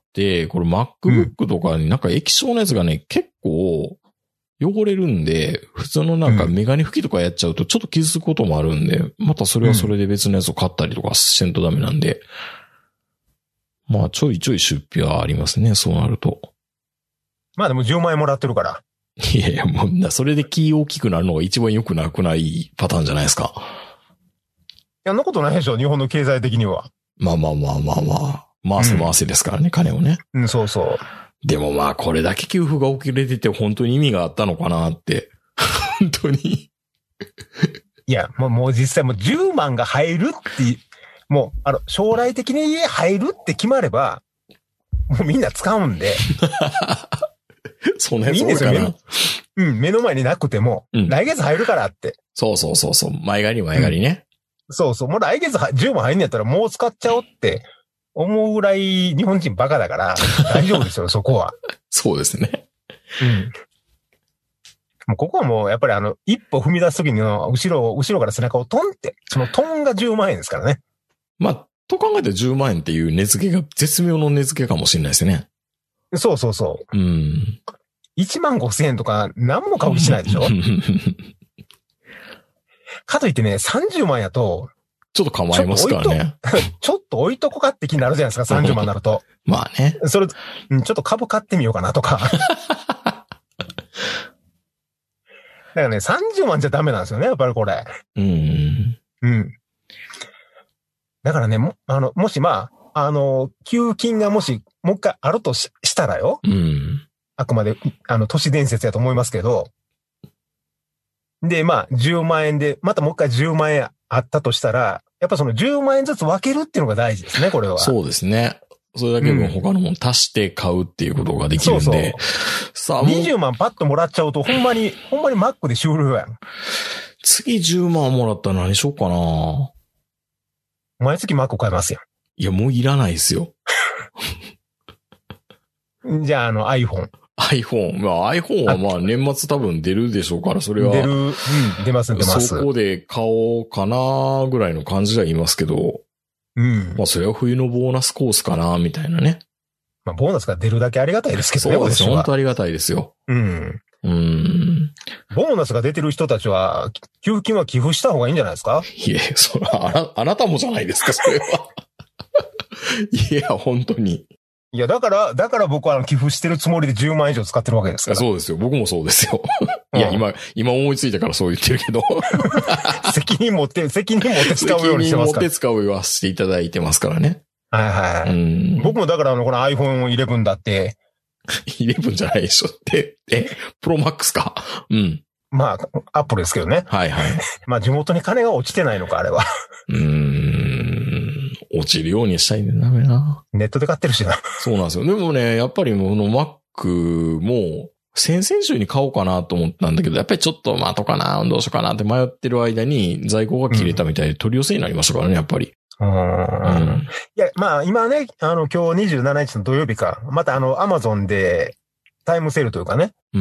これ MacBook とかになんか液晶のやつがね、結構汚れるんで、普通のなんかメガネ拭きとかやっちゃうとちょっと傷つくこともあるんで、またそれはそれで別のやつを買ったりとかせんとダメなんで。まあちょいちょい出費はありますね、そうなると。 まあでもじゅうまんえんもらってるから。 いやいや、もう、それで気大きくなるのが一番良くなくないパターンじゃないですか。いや、そんなことないでしょ、日本の経済的には。 まあまあまあまあまあ。回せ回せですからね、うん、金をね。 うん、そうそう。 でもまあ、これだけ給付が遅れてて本当に意味があったのかなって。本当に。いや、もう、もう実際もうじゅうまんが入るって、もう、あの、将来的に家入るって決まれば、もうみんな使うんで。 そんなやつ多いかな。 うん、目の前になくても、うん、来月入るからって。 そうそうそうそう。前借り前借りね、 うん。そうそう。もう来月じゅうまん入んのやったらもう使っちゃおうって思うぐらい日本人バカだから大丈夫ですよ、そこは。 そうですね。 うん。もうここはもうやっぱりあの、一歩踏み出すときの後ろ、後ろから背中をトンって、そのトンがじゅうまんえんですからね。 まあ、と考えたらじゅうまんえんっていう値付けが絶妙の値付けかもしれないですね。 そうそうそう。 うん。 いちまんごせんえんとか何も買う気しないでしょかといってね、さんじゅうまんやと、 ちょっと構いますからね。 ちょっと置いとこかって気になるじゃないですか、さんじゅうまんになると。 まあね。 それ、ちょっと株買ってみようかなとか。だからね、さんじゅうまんじゃダメなんですよね、やっぱりこれ。 うん。 うん。だからね、も、あの、もしまあ、あの、給付金がもし、もう一回あると し, したらよ。 うん。 あくまで、あの、都市伝説やと思いますけど、で、まあ、じゅうまん円で、またもう一回じゅうまん円あったとしたら、やっぱそのじゅうまん円ずつ分けるっていうのが大事ですね、これは。 そうですね。それだけ分他のもの足して買うっていうことができるんで。そうそうさあ、にじゅうまんパッともらっちゃうと、ほんまに、ほんまにマックで終了やん。 次じゅうまんもらったら何しようかな。 毎月マック買えますよ。 いや、もういらないですよ。 じゃあ、あの iPhone。 iPhone。まあ iPhone はまあ年末多分出るでしょうから、それは。 出る。うん、出ます出ます。 そこで買おうかなぐらいの感じでは言いますけど。 うん。 まあそれは冬のボーナスコースかなみたいなね。 まあボーナスが出るだけありがたいですけどね。 そうです。本当ありがたいですよ。 うん。 うん。 ボーナスが出てる人たちは、給付金は寄付した方がいいんじゃないですか？ いえ、それはあな、あなたもじゃないですか、それは。いや、本当に。 いや、だから、だから僕は寄付してるつもりでじゅうまん以上使ってるわけですから。 そうですよ。僕もそうですよ。いや、うん、今、今思いついたからそう言ってるけど。 責任持って、責任持って使うようにしてますから。責任持って使うようにしていただいてますからね。 はいはい。うん、僕もだからあの、この アイフォンイレブン だって。 イレブンじゃないでしょって。え、プロマックスか。うん。 まあ、アップルですけどね。 はいはい。 まあ、地元に金が落ちてないのか、あれは。 うーん。落ちるようにしたいんだダメな。 ネットで買ってるしな。 そうなんですよ。でもね、やっぱりこの Mac も、先々週に買おうかなと思ったんだけど、やっぱりちょっと待とうかな、どうしようかなって迷ってる間に在庫が切れたみたいで取り寄せになりましたからね、やっぱり。 うん。うん、いや、まあ今ね、あの今日にじゅうしちにちの土曜日か、またあの Amazon でタイムセールというかね。 うん。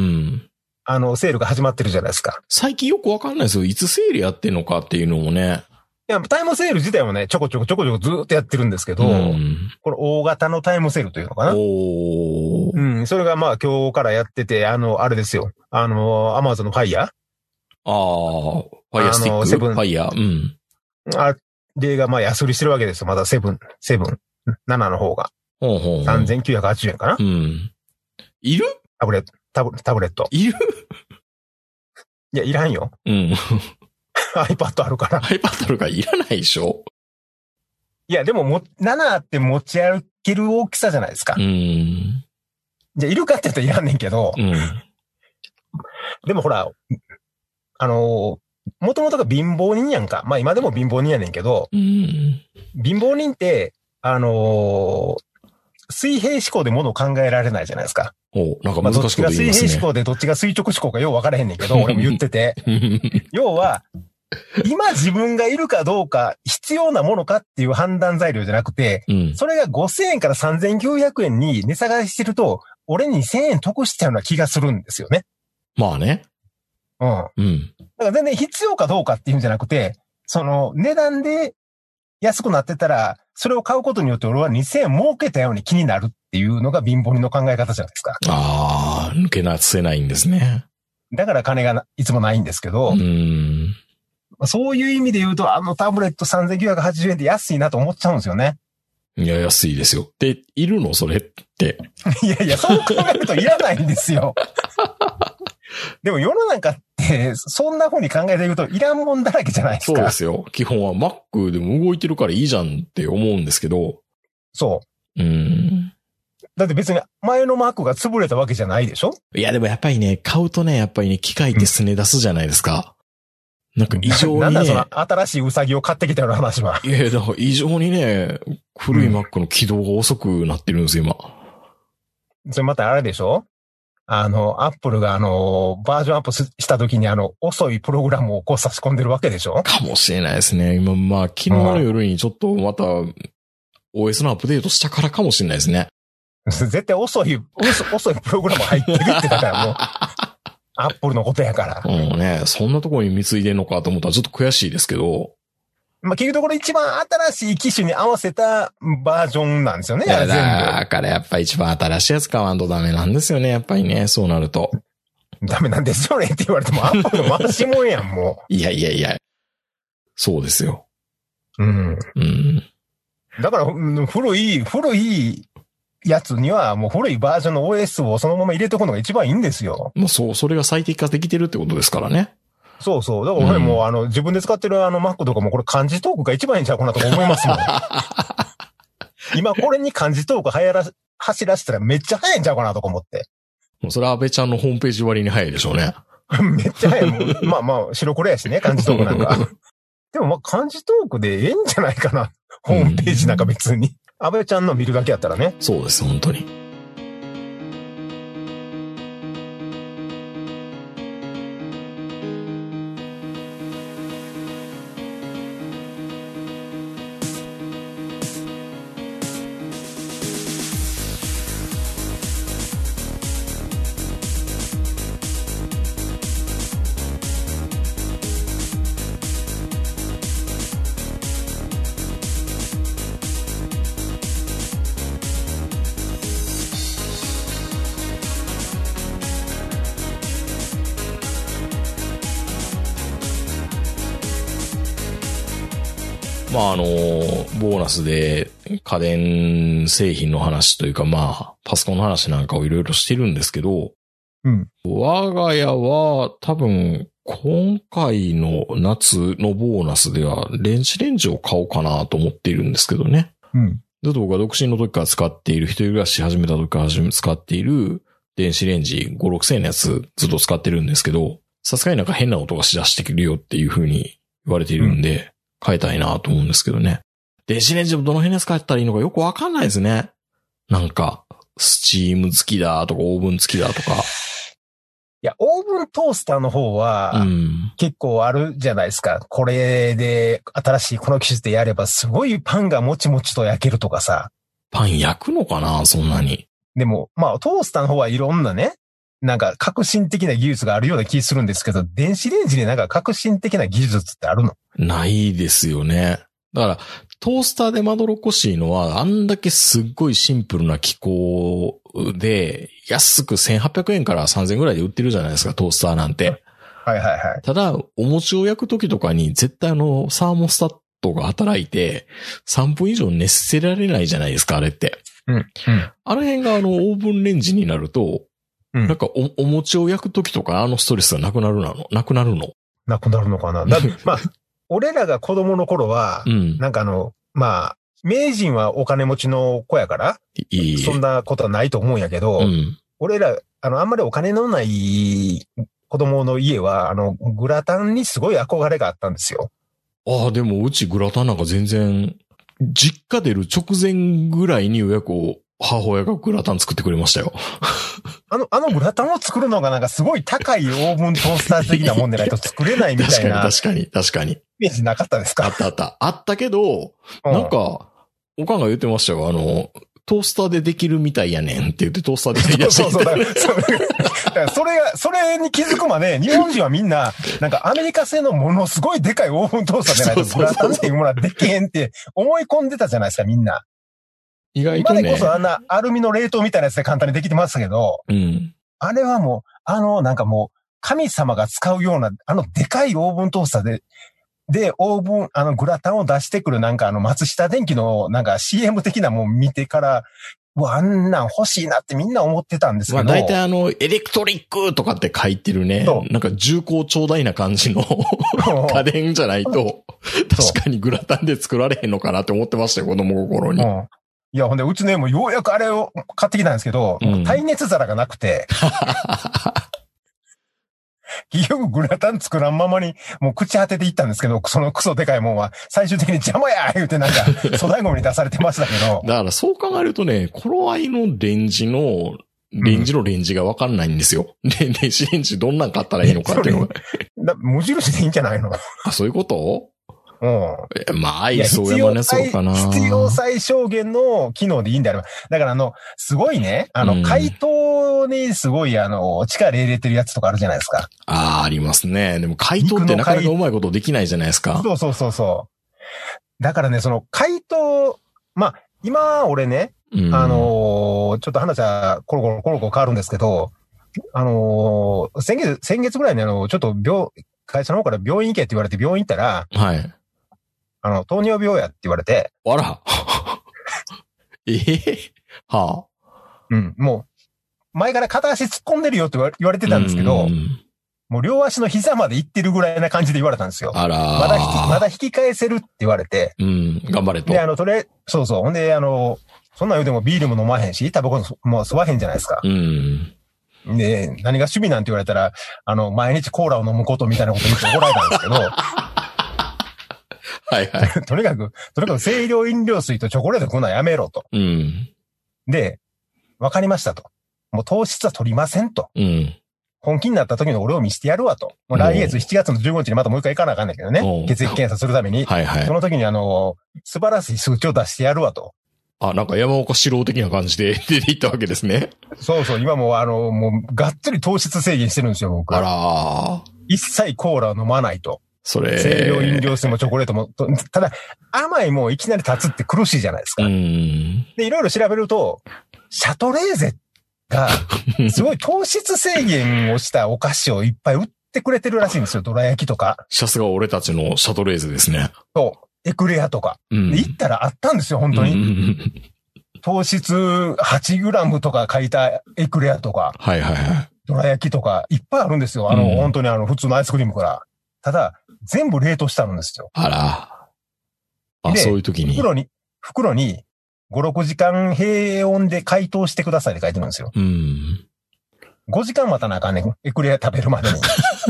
あの、セールが始まってるじゃないですか。 最近よくわかんないですよ。いつセールやってんのかっていうのもね。 いや、タイムセール自体はね、ちょこちょこちょこちょこずーっとやってるんですけど、うん、これ大型のタイムセールというのかな。 おうん、それがまあ今日からやってて、あの、あれですよ。あの、アマゾンのファイヤー。 ああ、ファイヤースティック。セブン。ファイヤー。うん。 あれがまあ安売りしてるわけですよ。まだセブン、セブン、ななの方が。 ほうほうほう。 さんぜんきゅうひゃくはちじゅうえんかな。 うん。いる？ タブレット、タブ、タブレット。 いる？ いや、いらんよ。 うん。 iPad あるから。 iPad あるからいらないでしょ？ いや、でもも、ななって持ち歩ける大きさじゃないですか。 うん。 じゃあ、いるかって言ったらいらんねんけど。 うん。 でもほら、あの、もともとが貧乏人やんか。まあ今でも貧乏人やねんけど。 うん。 貧乏人って、あのー、水平思考で物を考えられないじゃないですか。 おなんか難しいこと言いますね。 まあ、どっちが水平思考でどっちが垂直思考かよう分からへんねんけど、俺も言ってて。要は、今自分がいるかどうか必要なものかっていう判断材料じゃなくて、 うん、 それがごせんえんからさんぜんきゅうひゃくえんに値下がりしてると、俺にせんえん得したような気がするんですよね。 まあね。 うん。 うん。 だから全然必要かどうかっていうんじゃなくて、その値段で安くなってたら、それを買うことによって俺はにせんえん儲けたように気になるっていうのが貧乏人の考え方じゃないですか。 ああ、抜けなせないんですね。 だから金がいつもないんですけど、 うん。 そういう意味で言うと、あのタブレットさんぜんきゅうひゃくはちじゅうえんで安いなと思っちゃうんですよね。 いや、安いですよ。で、いるのそれって。 いやいや、そう考えるといらないんですよ。でも世の中って、そんな風に考えていくといらんもんだらけじゃないですか。 そうですよ。基本は Mac でも動いてるからいいじゃんって思うんですけど。 そう。 うん。 だって別に前の Mac が潰れたわけじゃないでしょ？ いやでもやっぱりね、買うとね、やっぱりね、機械ってすね出すじゃないですか。うん、なんか異常にね。 なんだその新しいウサギを買ってきたような話は。 いやいや、だから異常にね、古い Mac の起動が遅くなってるんですよ、今。 それまたあれでしょ？あの、アップルがあの、バージョンアップした時にあの、遅いプログラムをこう差し込んでるわけでしょ？ かもしれないですね。今、まあ、昨日の夜にちょっとまた、オーエス のアップデートしたからかもしれないですね。 絶対遅い、遅いプログラム入ってるってだからもう、アップルのことやから。 うんね、そんなところに貢いでんのかと思ったらちょっと悔しいですけど。 まあ、結局これ一番新しい機種に合わせたバージョンなんですよね。 いや、だからやっぱ一番新しいやつ買わんとダメなんですよね。やっぱりね、そうなると。 ダメなんですよねって言われても、アップルの回しもんやん、もう。いやいやいや。そうですよ。 うん。 うん。 だから、古い、古いやつにはもう古いバージョンの オーエス をそのまま入れておくのが一番いいんですよ。 もうそう、それが最適化できてるってことですからね。 そうそう。だから俺もう、うん、あの、自分で使ってるあの Mac とかもこれ漢字トークが一番いいんちゃうかなと思いますもん。今これに漢字トーク流行ら、走らせたらめっちゃ早いんちゃうかなとか思って。 もうそれは安倍ちゃんのホームページ割に早いでしょうね。 めっちゃ早いもん。まあまあ、白黒やしね、漢字トークなんか。でもまあ、漢字トークでええんじゃないかな。ホームページなんか別に。安倍ちゃんの見るだけやったらね。 そうです、本当に。まああの、ボーナスで家電製品の話というかまあ、パソコンの話なんかをいろいろしてるんですけど、 うん。 我が家は多分今回の夏のボーナスでは電子レンジを買おうかなと思っているんですけどね。 うん。 ずっと僕が独身の時から使っている、一人暮らし始めた時から使っている電子レンジご、ろくせんえんのやつずっと使ってるんですけど、さすがになんか変な音がしだしてくるよっていう風に言われているんで、うん変えたいなと思うんですけどね。電子レンジもどの辺で使ったらいいのかよくわかんないですね。なんか、スチーム付きだとかオーブン付きだとか。 いや、オーブントースターの方は、結構あるじゃないですか。うん、これで、新しいこの季節でやればすごいパンがもちもちと焼けるとかさ。 パン焼くのかなそんなに。 でも、まあ、トースターの方はいろんなね、なんか革新的な技術があるような気するんですけど、電子レンジでなんか革新的な技術ってあるの？ ないですよね。だから、トースターでまどろっこしいのは、あんだけすっごいシンプルな機構で、安くせんはっぴゃくえんからさんぜんえんぐらいで売ってるじゃないですか、トースターなんて。 はいはいはい。 ただ、お餅を焼くときとかに絶対あの、サーモスタットが働いて、さんぷん以上熱せられないじゃないですか、あれって。 うん。うん。 あの辺があの、オーブンレンジになると、うん、なんかお、お餅を焼くときとかあのストレスがなくなるなのなくなるのなくなるのかなだまあ、俺らが子供の頃は、うん、なんかあの、まあ、名人はお金持ちの子やから、いいそんなことはないと思うんやけど、うん、俺ら、あの、あんまりお金のない子供の家は、あの、グラタンにすごい憧れがあったんですよ。 ああ、でもうちグラタンなんか全然、実家出る直前ぐらいに予約を母親がグラタン作ってくれましたよ。 あの、あのグラタンを作るのがなんかすごい高いオーブントースター的なもんでないと作れないみたいな。 確かに、確かに、確かに。 イメージなかったですか？ あったあった。あったけど、うん、なんか、おかんが言ってましたよ。あの、トースターでできるみたいやねんって言ってトースターでできるやつ。そうそうそう。だからそれが、それに気づくまで、日本人はみんな、なんかアメリカ製のものすごいでかいオーブントースターじゃないとグラタンっていうものはできへんって思い込んでたじゃないですか、みんな。 意外とね。 今でこそあんなアルミの冷凍みたいなやつで簡単にできてますけど、 うん。 あれはもう、あの、なんかもう、神様が使うような、あのでかいオーブントースターで、で、オーブン、あの、グラタンを出してくるなんかあの、松下電器のなんか シーエム 的なもん見てから、うわ、あんなん欲しいなってみんな思ってたんですけど。 まあ大体あの、エレクトリックとかって書いてるね。なんか重厚長大な感じの家電じゃないと、確かにグラタンで作られへんのかなって思ってましたよ、子供心に。 うんいや、ほんで、うちの家もようやくあれを買ってきたんですけど、うん、耐熱皿がなくて、結局グラタン作らんままに、もう朽ち果てていったんですけど、そのクソでかいもんは、最終的に邪魔や言うてなんか、粗大ゴミに出されてましたけど。 だからそう考えるとね、頃合いのレンジの、レンジのレンジがわかんないんですよ。うん、で、電子レンジどんなん買ったらいいのかっていうのが。 無印でいいんじゃないの？ あ、そういうこと？ うん。 まあ、いそうやまね、そうかな。 必要最小限の機能でいいんであれば。だからあの、すごいね、あの、うん、解凍にすごいあの、力入れてるやつとかあるじゃないですか。 ああ、ありますね。でも解凍ってなかなかうまいことできないじゃないですか。 そうそうそうそう。だからね、その解凍、まあ、今、俺ね、うん、あのー、ちょっと話はコロコロコロコロ変わるんですけど、あのー、先月、先月ぐらいにあの、ちょっと病、会社の方から病院行けって言われて病院行ったら、 はい。 あの、糖尿病やって言われて。 あら。えー、はあ。 うん、もう、前から片足突っ込んでるよって言われてたんですけど、もう両足の膝まで行ってるぐらいな感じで言われたんですよ。 あら。 まだ引き、まだ引き返せるって言われて。 うん、頑張れと。 で、あの、とれ、そうそう。ほんで、あの、そんなん言うてもビールも飲まへんし、タバコも吸わへんじゃないですか。 うん。 で、何が趣味なんて言われたら、あの、毎日コーラを飲むことみたいなこと言って怒られたんですけど、 はいはい。 とにかく、とにかく清涼飲料水とチョコレートこんなんやめろと。 うん。 で、わかりましたと。もう糖質は取りませんと。 うん。 本気になった時の俺を見せてやるわと。もう来月しちがつのじゅうごにちにまたもう一回行かなあかんねんけどね。血液検査するために。 はいはい。 その時にあの、素晴らしい数値を出してやるわと。 あ、なんか山岡四郎的な感じで出ていったわけですね。 そうそう、今もうあの、もうがっつり糖質制限してるんですよ、僕。 あらー。 一切コーラを飲まないと。 それ。 清涼飲料水もチョコレートも。ただ、甘いもんいきなり立つって苦しいじゃないですか。 うん。 で、いろいろ調べると、シャトレーゼが、すごい糖質制限をしたお菓子をいっぱい売ってくれてるらしいんですよ、どら焼きとか。 さすが俺たちのシャトレーゼですね。 そう。エクレアとか。 うん、 で、行ったらあったんですよ、本当に。うん、糖質 はちグラム とか書いたエクレアとか。 はいはいはい。 どら焼きとか、いっぱいあるんですよ。あの、うん、本当にあの、普通のアイスクリームから。ただ、全部冷凍してあるんですよ。 あら。あ、そういう時に。 袋に、袋に、ご、ろくじかん低温で解凍してくださいって書いてるんですよ。 うん。 ごじかん待たなあかんねん。エクレア食べるまでに。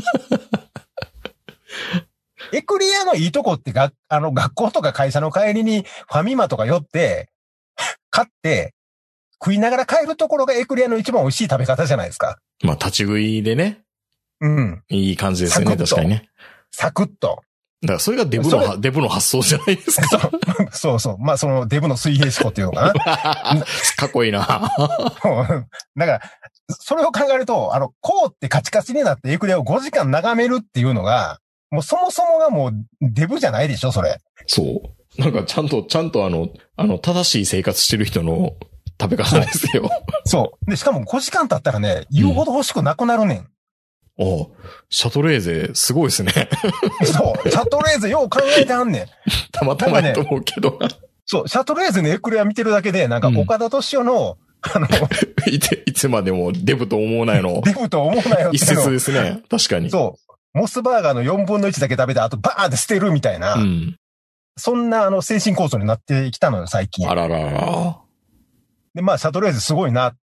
エクレアのいいとこってが、あの、学校とか会社の帰りにファミマとか寄って、買って、食いながら帰るところがエクレアの一番美味しい食べ方じゃないですか。 まあ、立ち食いでね。 うん。 いい感じですよね、確かにね。 サクッと。 だからそれがデブの、デブの発想じゃないですか。 そうそう。まあ、そのデブの水平思考っていうのかな。 かっこいいな。だから、それを考えると、あの、こうってカチカチになってエクレアをごじかん眺めるっていうのが、もうそもそもがもうデブじゃないでしょ、それ。 そう。なんかちゃんと、ちゃんとあの、あの、正しい生活してる人の食べ方ですよ。 そう。で、しかもごじかん経ったらね、言うほど欲しくなくなるねん。 うん、おシャトレーゼ、すごいですね。 そう。シャトレーゼよう考えてあんねん。 たまたまやと思うけど、ね。 そう。シャトレーゼのエクレア見てるだけで、なんか岡田敏夫の、うん、あのいつ、いつまでもデブと思うなよの。 デブと思うなよって。 一説ですね。確かに。 そう。モスバーガーのよんぶんのいちだけ食べて、あとバーンって捨てるみたいな。うん、そんなあの精神構造になってきたのよ、最近。 あららら。 で、まあ、シャトレーゼすごいなって、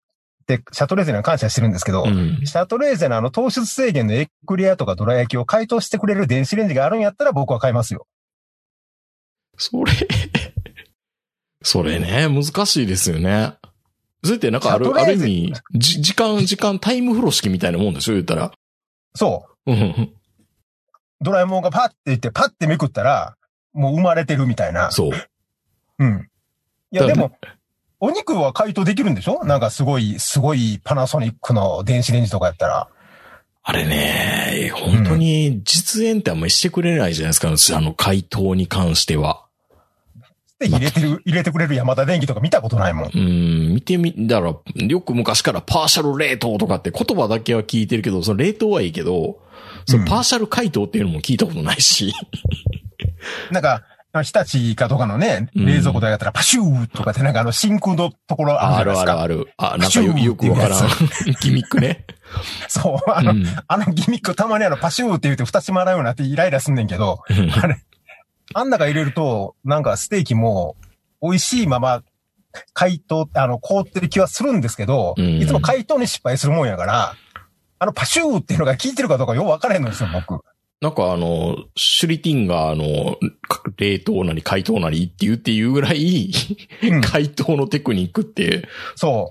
シャトレーゼには感謝してるんですけど、うん、シャトレーゼのあの糖質制限のエクレアとかドラ焼きを解凍してくれる電子レンジがあるんやったら僕は買いますよ。 それ、それね、難しいですよね。それってなんかある、ある意味、じ、時間、時間、タイム風呂式みたいなもんでしょ、言ったら。 そう。ドラえもんがパッて言って、パッてめくったら、もう生まれてるみたいな。 そう。 うん。いや、でも、お肉は解凍できるんでしょ？なんかすごい、すごいパナソニックの電子レンジとかやったら。 あれね、本当に実演ってあんまりしてくれないじゃないですか、うん、あの解凍に関しては。 で、入れてる、入れてくれるヤマダ電機とか見たことないもん。 うん、見てみ、だから、よく昔からパーシャル冷凍とかって言葉だけは聞いてるけど、その冷凍はいいけど、そのパーシャル解凍っていうのも聞いたことないし。 うん、なんか、日立かとかのね、冷蔵庫でやったらパシューとかってなんかあの真空のところあるじゃないですか。 あるあるある。あ、なんかよ, よくわからん。ギミックね。 そう、あの、うん、あのギミックたまにあのパシューって言って蓋閉まらんようになってイライラすんねんけど、あれ、あん中入れると、なんかステーキも美味しいまま解凍、あの、凍ってる気はするんですけど、うん、いつも解凍に失敗するもんやから、あのパシューっていうのが効いてるかどうかよくわからへんのですよ、僕。 なんかあの、シュリティンガーの冷凍なり解凍なりって言っていうぐらい、うん、解凍のテクニックって、 そう。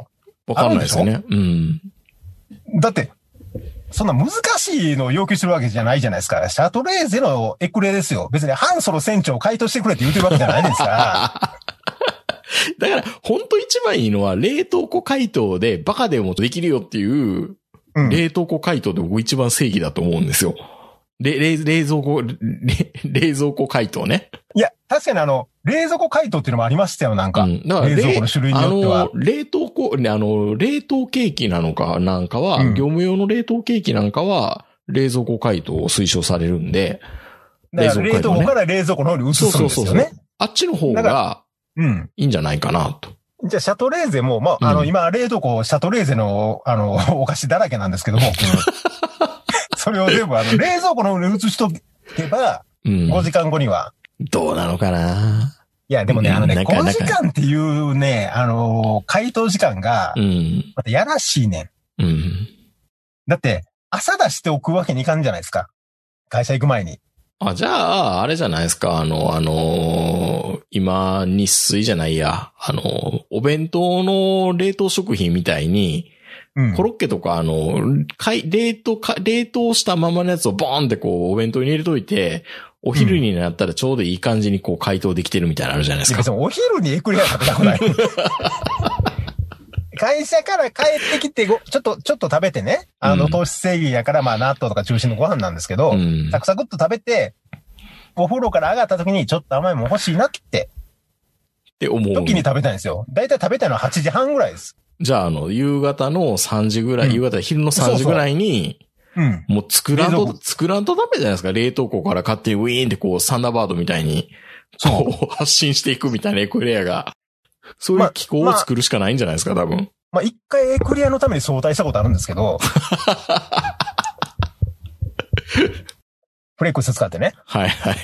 わかんないですよね。うん。 だって、そんな難しいのを要求するわけじゃないじゃないですか。シャトレーゼのエクレですよ。別にハンソロ船長を解凍してくれって言ってるわけじゃないですから。 だから、ほんと一番いいのは、冷凍庫解凍でバカでもできるよっていう、うん、冷凍庫解凍で僕一番正義だと思うんですよ。冷、冷蔵庫、冷、冷蔵庫解凍ね。 いや、確かにあの、冷蔵庫解凍っていうのもありましたよ、なんか。うん、だから冷蔵庫の種類によっては。 あの、冷凍庫、ね、あの、冷凍ケーキなのかなんかは、うん、業務用の冷凍ケーキなんかは、冷蔵庫解凍を推奨されるんで。 だから冷凍庫から冷蔵庫の方に移すんですよね。そうそうそうそう。 あっちの方が、うん。いいんじゃないかなと。 じゃあ、シャトレーゼも、まあ、あの、うん、今、冷凍庫、シャトレーゼの、あの、お菓子だらけなんですけども、それを全部、あの、冷蔵庫の方に移しとけば、うん、ごじかんごには。 どうなのかな。 いや、でもね、あのね、ごじかんっていうね、あの、解凍時間が、うん、またやらしいねん。うん。 だって、朝出しておくわけにいかんじゃないですか。会社行く前に。 あ、じゃあ、あれじゃないですか。あの、あのー、今、日水じゃないや。あのー、お弁当の冷凍食品みたいに、うん、コロッケとか、あの、冷凍、冷凍したままのやつをボーンってこう、お弁当に入れといて、お昼になったらちょうどいい感じにこう、解凍できてるみたいなのあるじゃないですか。 いや、お昼にエクレア食べたくない。会社から帰ってきてご、ちょっと、ちょっと食べてね。あの、糖質制限やから、まあ、納豆とか中心のご飯なんですけど、うん、サクサクっと食べて、お風呂から上がった時にちょっと甘いもん欲しいなって。 って思う。 時に食べたいんですよ。だいたい食べたのははちじはんぐらいです。 じゃあ、あの、夕方のさんじぐらい、うん、夕方、昼のさんじぐらいに、そうそう、うん、もう作らんと、作らんとダメじゃないですか。冷凍庫から勝手にウィーンってこう、サンダーバードみたいに、こう、発信していくみたいなエクレアが。そういう機構を作るしかないんじゃないですか、多分。 まあ、一回エクレアのために早退したことあるんですけど。フレークス使ってね。 はいはいはい。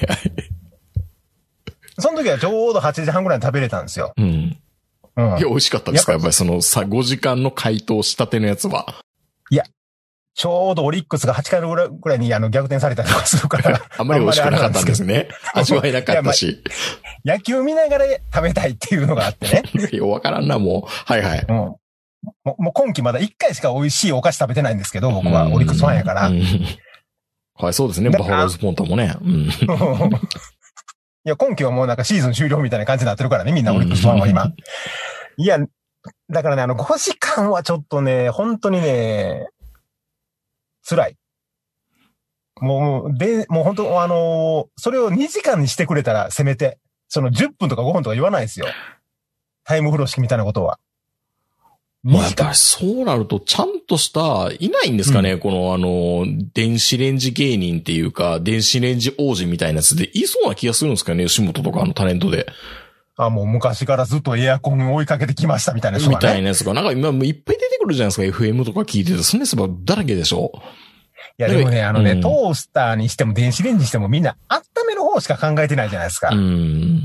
その時はちょうどはちじはんぐらいに食べれたんですよ。 うん。うん。いや、美味しかったですか？やっぱりそのさ、ごじかんの解凍したてのやつは。 いや、ちょうどオリックスがはちかいぐらいぐらいにあの逆転されたりとかするから。 あんまり美味しくなかったんですね。味わえなかったし。 まあ、野球見ながら食べたいっていうのがあってね。 いや、わからんな、もう。はいはい。うん。もう、もう今季まだいっかいしか美味しいお菓子食べてないんですけど、僕はオリックスファンやから。うんうん、 はい、そうですね。バファローズポンタもね。うん、いや、今季はもうなんかシーズン終了みたいな感じになってるからね、みんなオリックスファンは今。いや、だからね、あの、ごじかんはちょっとね、本当にね、辛い。もう、で、もう本当、あのー、それをにじかんにしてくれたら、せめて、そのじゅっぷんとかごふんとか言わないですよ。タイムフロー式みたいなことは。 まあ、やっぱりそうなると、ちゃんとした、いないんですかね、うん、このあの、電子レンジ芸人っていうか、電子レンジ王子みたいなやつで、いそうな気がするんですかね、吉本とかのタレントで。 あ、もう昔からずっとエアコン追いかけてきましたみたいな人がね。 みたいなやつが、なんか今もういっぱい出てくるじゃないですか、エフエム とか聞いてて、そんなやつばだらけでしょ。 いやでもね、あのね、うん、トースターにしても電子レンジにしてもみんな温める方しか考えてないじゃないですか。うん。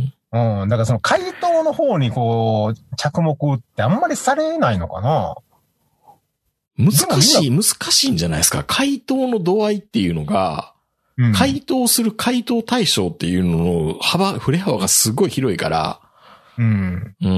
うん。だからその解凍の方にこう、着目ってあんまりされないのかな。 難しい、難しいんじゃないですか。解凍の度合いっていうのが、うん、解凍する解凍対象っていうのの幅、振れ幅がすごい広いから。うん。うん。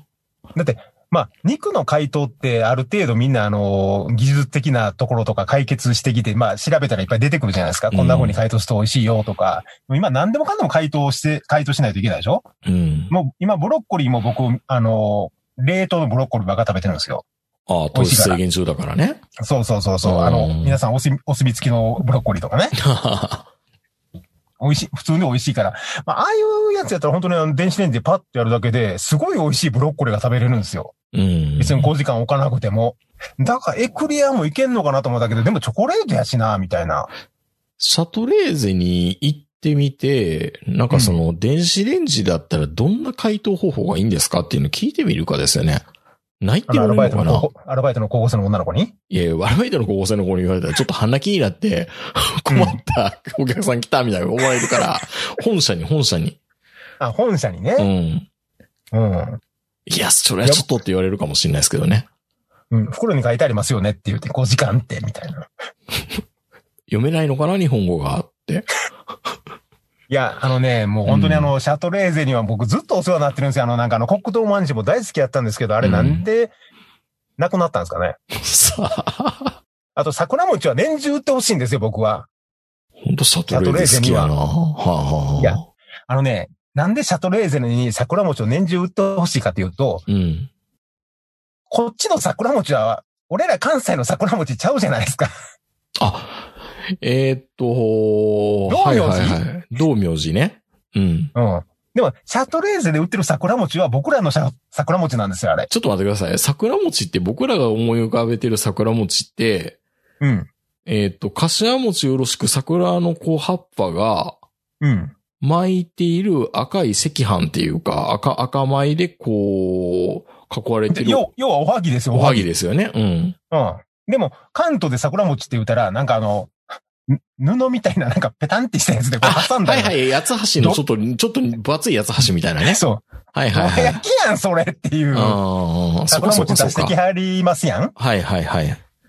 だって、まあ、肉の解凍ってある程度みんなあの、技術的なところとか解決してきて、まあ、調べたらいっぱい出てくるじゃないですか。うん、こんな風に解凍すると美味しいよとか。今何でもかんでも解凍して、解凍しないといけないでしょ。うん。もう、今ブロッコリーも僕、あの、冷凍のブロッコリーばっか食べてるんですよ。 ああ、糖質制限中だからね。 そうそうそうそう。あの、皆さんお墨、お墨付きのブロッコリーとかね。美味しい、普通に美味しいから。まあ、ああいうやつやったら本当にあの電子レンジでパッとやるだけで、すごい美味しいブロッコリーが食べれるんですよ。うん。別にごじかん置かなくても。だからエクレアもいけんのかなと思ったけど、でもチョコレートやしな、みたいな。 シャトレーゼに行ってみて、なんかその電子レンジだったらどんな解凍方法がいいんですかっていうのを聞いてみるかですよね。ないって言われるのかな。 アルバイトの高校生の女の子にいやいや、アルバイトの高校生の子に言われたらちょっと半泣きになって困ったお客さん来たみたいな思われるから、本社に本社に。 あ、本社にね。うん。うん。 いや、それはちょっとって言われるかもしれないですけどね。 うん、袋に書いてありますよねって言ってごじかんって、みたいな。 読めないのかな日本語がって。 いや、あのね、もう本当にあの、うん、シャトレーゼには僕ずっとお世話になってるんですよ。あの、なんかあの、黒糖まんじゅうも大好きやったんですけど、あれなんで、なくなったんですかね。さあ。あと、桜餅は年中売ってほしいんですよ、僕は。 本当シャトレーゼ好きやな。はあ、いや、あのね、なんでシャトレーゼに桜餅を年中売ってほしいかというと、うん、こっちの桜餅は、俺ら関西の桜餅ちゃうじゃないですか。 あ、えー、っと、道明寺、はいはいはい、道明寺ね。うん。うん。 でも、シャトレーゼで売ってる桜餅は僕らの桜餅なんですよ、あれ。 ちょっと待ってください。桜餅って僕らが思い浮かべてる桜餅って、うん。えー、っと、柏餅よろしく桜のこう葉っぱが、うん。巻いている赤い赤飯っていうか、赤、赤米でこう、囲われてる。 要、要はおはぎですよ、 おはぎですよね。うん。 うん。でも、関東で桜餅って言ったら、なんかあの、布みたいな、なんかペタンってしたやつでこう挟んだ。 はいはい、八つ橋のちょっと、ちょっと分厚い八つ橋みたいなね。 そう。 はいはいはい。 焼きやん、それっていう。ああ、桜餅出してきはりますやん。 はいはいはい。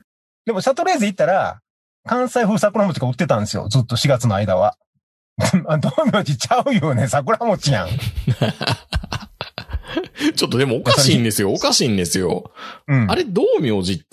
でもシャトレーゼ行ったら、関西風桜餅が売ってたんですよ。ずっとしがつの間は。道明寺ちゃうよね、桜餅やん。 ちょっとでもおかしいんですよ。おかしいんですよ。うん、あれ、道明寺って、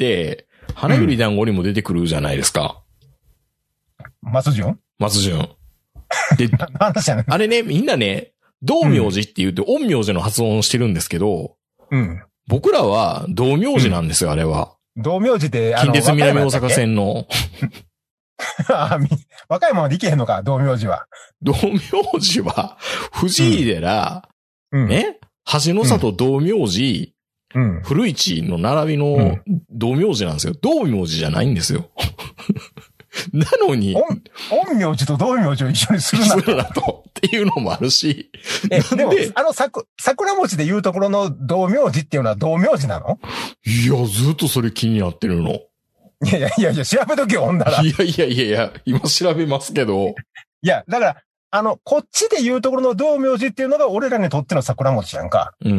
花より団子にも出てくるじゃないですか。 うん、松潤松潤。で、 話やね。 あれね、みんなね、道明寺って言うと陰陽師の発音をしてるんですけど、うん、僕らは道明寺なんですよ、うん、あれは。 道明寺って、あの、 近鉄南大阪線の。 ああ、和歌山まで行けへんのか、道明寺は。 道明寺は、藤井寺、うん、ね、橋の里道明寺、うん、古市の並びの道明寺なんですよ。道明寺じゃないんですよ。なのに。 陰陽師と道明寺を一緒にするなと。 するなと。っていうのもあるし。 え、でも、あの、さく、桜餅で言うところの道明寺っていうのは道明寺なの？ いや、ずっとそれ気になってるの。 いやいやいやいや、調べとけよ、ほんなら。 いやいやいやいや、今調べますけど。 いや、だから、あの、こっちで言うところの道明寺っていうのが俺らにとっての桜餅やんか。うん。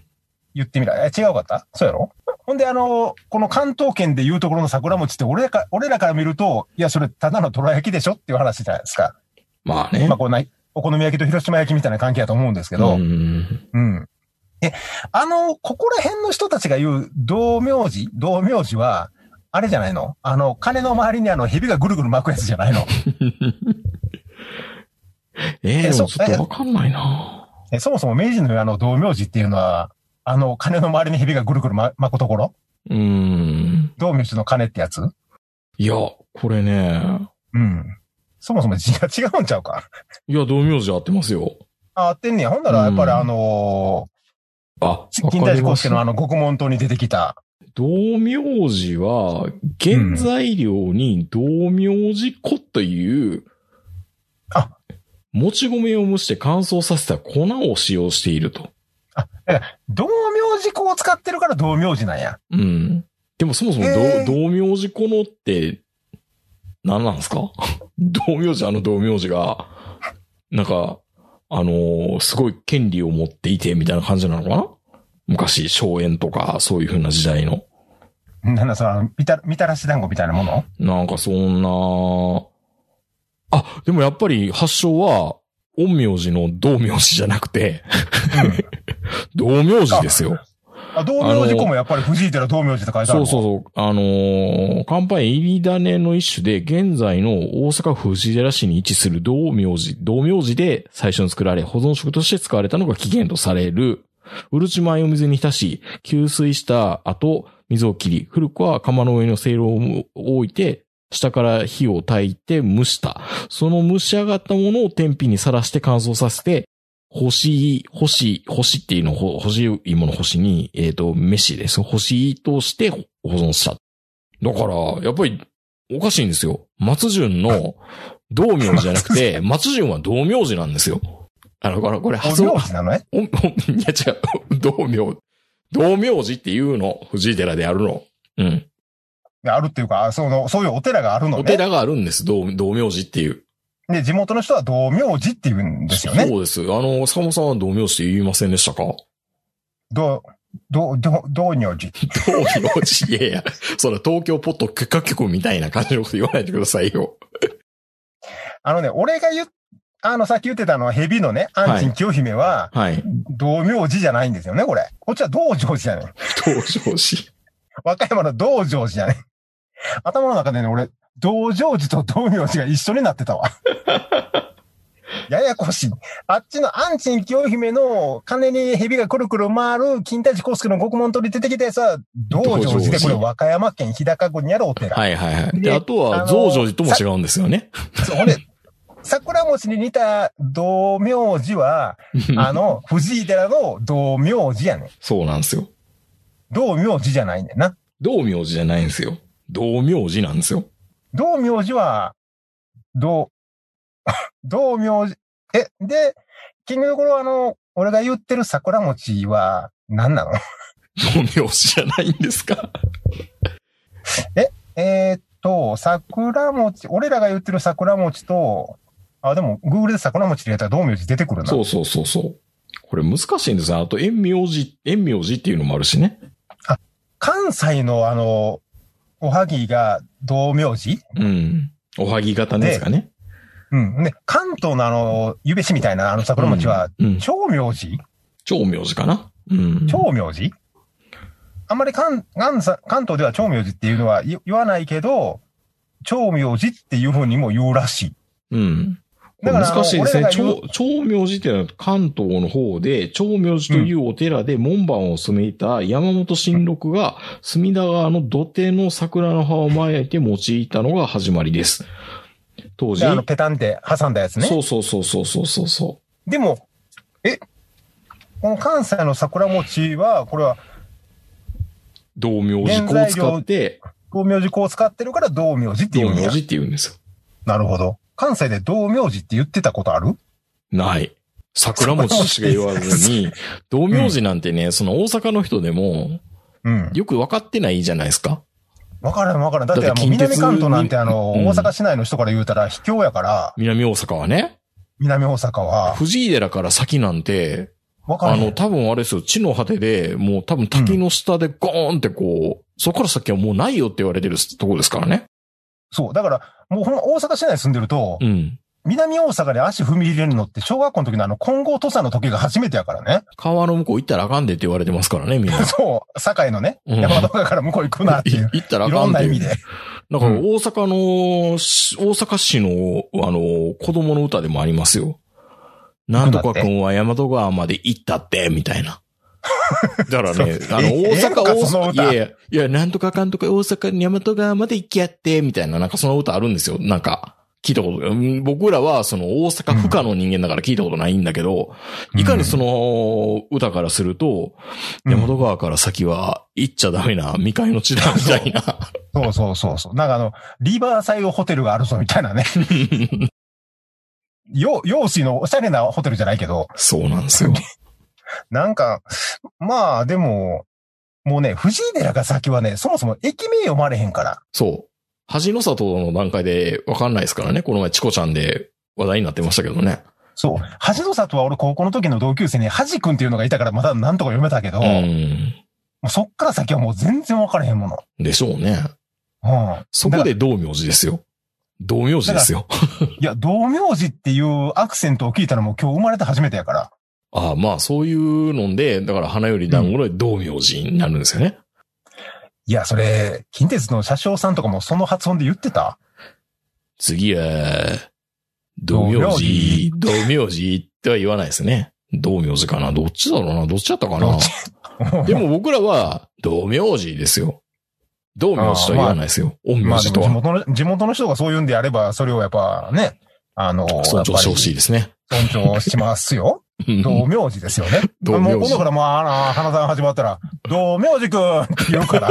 言ってみた。え、違うかったそうやろ？ほんで、あの、この関東圏で言うところの桜餅って俺らか、俺らから見ると、いや、それただのとら焼きでしょっていう話じゃないですか。 まあね。 まあ、こうな、お好み焼きと広島焼きみたいな関係だと思うんですけど。うん。うん。え、あの、ここら辺の人たちが言う道明寺道明寺は、あれじゃないの？あの、鐘の周りにあの、蛇がぐるぐる巻くやつじゃないの？ えー、でもちょっとわかんないなえ。そもそも明治のあの、道明寺っていうのは、あの、鐘の周りに蛇がぐるぐる巻くところ？うーん。道明寺の鐘ってやつ？ いや、これね。 うん。そもそも字が違うんちゃうか？ いや、道明寺合ってますよ。 あ、合ってんねや。ほんなら、やっぱりあのー、あ、 金田寺康介のあの、獄門島に出てきた。 道明寺は、原材料に道明寺粉という、うん、あ、もち米を蒸して乾燥させた粉を使用していると。 あ、道明寺粉を使ってるから道明寺なんや。 うん。でもそもそも道、えー、道明寺粉のって、何なんですか？道明寺、あの道明寺が、なんか、あのー、すごい権利を持っていてみたいな感じなのかな？昔、荘園とか、そういう風な時代の。 なんだ、その、みた、みたらし団子みたいなもの？ なんかそんな、あ、でもやっぱり発祥は、陰陽師の道明寺じゃなくて、うん、道明寺ですよ。 あ、道明寺粉もやっぱり藤井寺道明寺って書いてあるの？ そうそうそう。あのー、乾パン入り種の一種で、現在の大阪府藤井寺市に位置する道明寺、道明寺で最初に作られ、保存食として使われたのが起源とされる、うるち米を水に浸し、吸水した後、水を切り、古くは釜の上のせいろを置いて、下から火を焚いて蒸した。その蒸し上がったものを天日にさらして乾燥させて、干し、干し、干しっていうのを、干し芋の干しに、えっと、飯です。干しとして保存した。だから、やっぱり、おかしいんですよ。松潤の道明寺じゃなくて、松潤は道明寺なんですよ。あの、これ、これ、 発音。道明寺なのね？ いや、違う。道明、道明寺っていうの、藤井寺であるの。うん。 あるっていうか、その、そういうお寺があるのね。 お寺があるんです。道、道明寺っていう。 で、地元の人は道明寺って言うんですよね。 そうです。あの、坂本さんは道明寺って言いませんでしたか？ ど、ど、ど、道明寺。 道明寺。いやいや、その東京ポット許可局みたいな感じのこと言わないでくださいよ。 あのね、俺が言っあの、さっき言ってたのは、蛇のね、安珍清姫は、はい。道明寺じゃないんですよね、これ。こっちは道成寺じゃねん。 道成寺。 和歌山の道成寺じゃねん。頭の中でね、俺、道成寺と道明寺が一緒になってたわ。ややこしい。あっちの安珍清姫の金に蛇がくるくる回る金田寺康介の獄門取り出てきてさ、道成寺でこれ和歌山県日高郡にあるお寺。 はいはいはい。で、あとは増上寺とも違うんですよね。 そう、ほんで、桜餅に似た道明寺は、あの、藤井寺の道明寺やねん。 そうなんですよ。 道明寺じゃないねんな。 道明寺じゃないんですよ。道明寺なんですよ。 道明寺は、道、道明寺、え、で、結局あの、俺が言ってる桜餅は何なの？道明寺じゃないんですか？ え、えー、っと、桜餅、俺らが言ってる桜餅と、あ、でも、Google で桜餅ってやったら道明寺出てくるな。 そうそうそうそう。これ難しいんですよ。あと、陰陽寺、陰陽寺っていうのもあるしね。 あ、関西のあの、 おはぎが道明寺うん。おはぎ型ですかね。 うん。で、関東のあの、ゆべしみたいなあの桜餅は、 うんうん、 長明寺長明寺かなうん。 長明寺あんまり関、関関東では長明寺っていうのは言わないけど、長明寺っていう風にも言うらしい。 うん。だから難しいですね。長、長明寺っていうのは関東の方で、長明寺というお寺で門番を務めた山本新六が隅田川の土手の桜の葉を巻いて用いたのが始まりです。当時。 あの、ペタンって挟んだやつね。 そうそうそうそうそうそう。 でも、え、この関西の桜餅は、これは、 道明寺粉を使って、 道明寺粉を使ってるから道明寺って言うんや。 道明寺って言うんですよ。 なるほど。関西で道明寺って言ってたことある？ ない。桜餅しか言わずに、道明寺なんてね、うん、その大阪の人でも、うん、よく分かってないじゃないですか。 分からん分からん。だってもう南関東なんてあの、うん、大阪市内の人から言うたら秘境やから。 南大阪はね。 南大阪は。 藤井寺から先なんて、あの、多分あれですよ、地の果てで、もう多分滝の下でゴーンってこう、うん、そこから先はもうないよって言われてるところですからね。 そう。だから、もうほんま大阪市内に住んでると、うん、南大阪で足踏み入れるのって小学校の時のあの金剛土佐の時が初めてやからね。 川の向こう行ったらあかんでって言われてますからね、みんな。 そう。堺のね、うん、山形から向こう行くなっていう。 行ったらあかんっていう。 いろんな意味で。 だから大阪の、うん、大阪市の、あの、子供の歌でもありますよ。なんとかくんは大和川まで行ったって、みたいな。だからね、あの、大阪、大阪、いやいや、いや、なんとかかんとか大阪に大和川まで行きやって、みたいな、なんかその歌あるんですよ。なんか、聞いたこと、僕らはその大阪府下の人間だから聞いたことないんだけど、うん、いかにその歌からすると、うん、大和川から先は行っちゃダメな未開の地だ、みたいな。 そうそうそうそう。なんかあの、リバーサイドホテルがあるぞ、みたいなね。よ、用水のおしゃれなホテルじゃないけど。 そうなんですよ。 なんか、まあでも、もうね、藤井寺が先はね、そもそも駅名読まれへんから。 そう。恥の里の段階でわかんないですからね。この前チコちゃんで話題になってましたけどね。 そう。恥の里は俺高校の時の同級生に恥くんっていうのがいたからまだなんとか読めたけど、うん、もうそっから先はもう全然わからへんもの。 でしょうね。うん。そこで道明寺ですよ。道明寺ですよ。 いや、道明寺っていうアクセントを聞いたのも今日生まれて初めてやから。 ああ、まあそういうので、だから花より団子の道明寺になるんですよね。 いや、それ、近鉄の車掌さんとかもその発音で言ってた？ 次は、道明寺、道明寺っては言わないですね。道明寺かな？どっちだろうな？どっちだったかな？でも僕らは、道明寺ですよ。道明寺とは言わないですよ。陰陽師とは。 まあ、地元の、地元の人がそう言うんであれば、それをやっぱね、あの、 尊重してほしいですね。 尊重しますよ。道明寺ですよね。道明寺。もう今度からもう、あの、花さん始まったら、道明寺くんって言うから。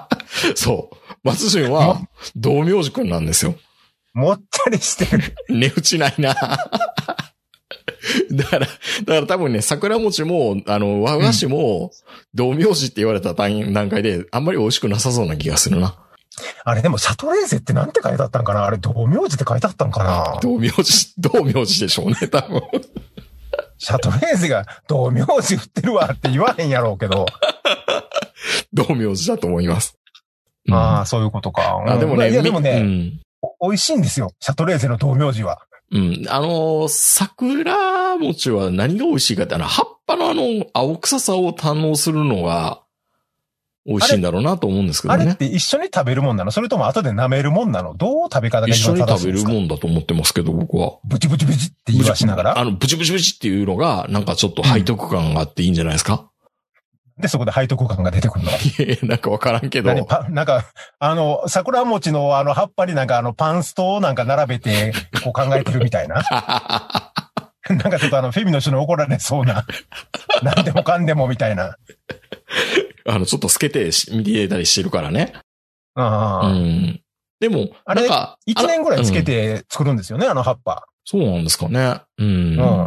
そう。松潤は、道明寺くんなんですよ。 もっちゃりしてる。 値打ちないな。だから、だから多分ね、桜餅も、あの、和菓子も、道明寺って言われた段階で、あんまり美味しくなさそうな気がするな。 あれでも、シャトレーゼってなんて書いてあったんかな？あれ、道明寺って書いてあったんかな？ 道明寺、道明寺でしょうね、多分。 シャトレーゼが道明寺売ってるわって言わへんやろうけど。 道明寺だと思います。 うん、ああ、そういうことか。 あ、でもね、 いやでもね、うん、美味しいんですよ。シャトレーゼの道明寺は。 うん。あのー、桜餅は何が美味しいかって、あの、葉っぱのあの、青臭さを堪能するのが、美味しいんだろうなと思うんですけどね。 あれって一緒に食べるもんなの？それとも後で舐めるもんなの？どう食べ方が一番正しいんですか？一緒に食べるもんだと思ってますけど、僕は。 ブチブチブチって言わしながら？ あの、ブチブチブチっていうのが、なんかちょっと背徳感があっていいんじゃないですか？ うん、で、そこで背徳感が出てくるの？いやいや、なんかわからんけど。 何パなんか、あの、桜餅のあの葉っぱになんかあのパンストをなんか並べて、こう考えてるみたいな。なんかちょっとあの、フェミの人に怒られそうな。なんでもかんでもみたいな。 あの、ちょっと透けて見てたりしてるからね。 ああ。 うん。でも、 あれ、一年ぐらいつけて作るんですよね、あ, うん、あの葉っぱ。 そうなんですかね。うん。うん。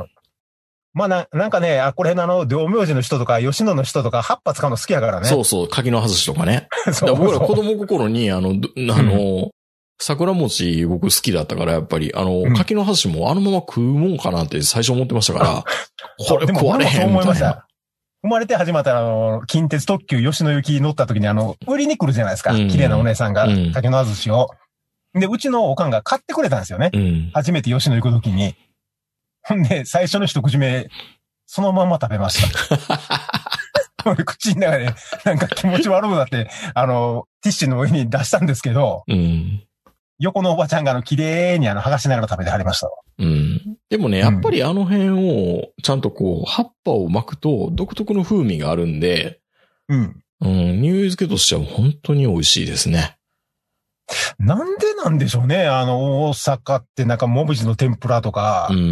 まあな、なんかね、あ、これあの、道明寺の人とか、吉野の人とか、葉っぱ使うの好きやからね。 そうそう、柿の外しとかね。そうそう。僕ら子供心に、あの、あの、うん、桜餅僕好きだったから、やっぱり、あの、うん、柿の外しもあのまま食うもんかなって最初思ってましたから、これ食われへんみたいな。 生まれて始まったあの、近鉄特急吉野行き乗った時にあの、売りに来るじゃないですか。 うん、 綺麗なお姉さんが、 うん、 竹の寿司を。で、うちのおかんが買ってくれたんですよね。 うん、 初めて吉野行く時に。ほんで、最初の一口目、そのまま食べました。俺口の中で、なんか気持ち悪くなって、あの、ティッシュの上に出したんですけど、 うん、 横のおばちゃんがあの、綺麗にあの、剥がしながら食べてはりました。 うん。でもね、やっぱりあの辺を、ちゃんとこう、葉っぱを巻くと、独特の風味があるんで、 うん。 うん、匂い付けとしては本当に美味しいですね。 なんでなんでしょうね。あの、大阪ってなんかもみじの天ぷらとか、 うん。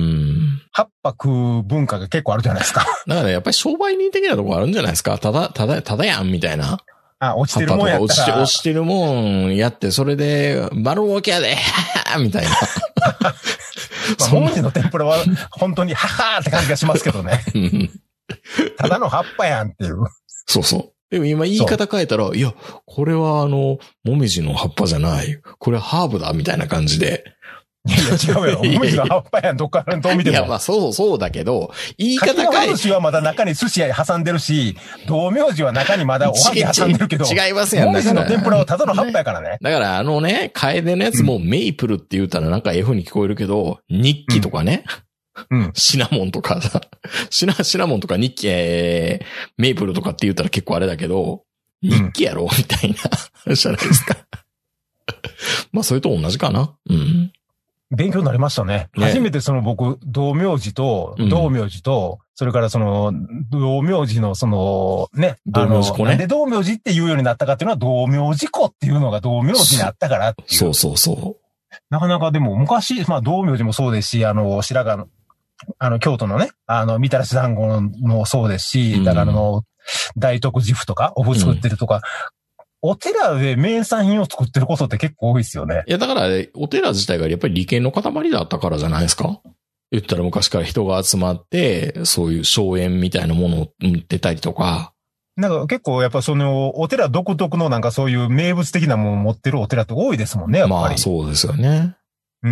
葉っぱ食う文化が結構あるじゃないですか。 だからやっぱり商売人的なところあるんじゃないですか。ただ、ただ、ただやん、みたいな。 あ、落ちてるもんやったら。 落ちて、落ちてるもんやって、それで、丸儲けやで、みたいな。 まあ、もみじの天ぷらは本当にははーって感じがしますけどね。ただの葉っぱやんっていう。 そうそう。でも今言い方変えたら、いや、これはあの、もみじの葉っぱじゃない。これはハーブだ、みたいな感じで。 いや、違うよ。もみじの葉っぱやん、どっからどう見ても。 いや、まあ、そうそうだけど、言い方変え。 柿の寿司はまだ中に寿司挟んでるし、道明寺は中にまだおはぎ挟んでるけど。 違いますやん。 もみじの天ぷらはただの葉っぱやからね。 だからあのね、楓のやつもメイプルって言ったらなんか F に聞こえるけど、日記とかね。 うん。シナモンとかさ、シナ、シナモンとか日記、えー、メイプルとかって言ったら結構あれだけど、日記やろ、うん、みたいな、じゃないですか。まあ、それと同じかな。うん。 勉強になりましたね。ね、初めてその僕、道明寺と、道明寺と、うん、それからその、道明寺のその、ね、 道明寺湖ね。 なんで道明寺って言うようになったかっていうのは、道明寺湖っていうのが道明寺にあったからっていう。 そうそうそう。 なかなかでも昔、まあ道明寺もそうですし、あの、白髪の、あの、京都のね、あの、みたらし団子もそうですし、うん、だからあの、大徳寺府とか、お麩作ってるとか、うん、お寺で名産品を作ってることって結構多いですよね。 いや、だから、お寺自体がやっぱり利権の塊だったからじゃないですか。言ったら昔から人が集まって、そういう荘園みたいなものを売ってたりとか。 なんか結構やっぱその、お寺独特のなんかそういう名物的なものを持ってるお寺って多いですもんね、やっぱり。 まあ、そうですよね。 うん。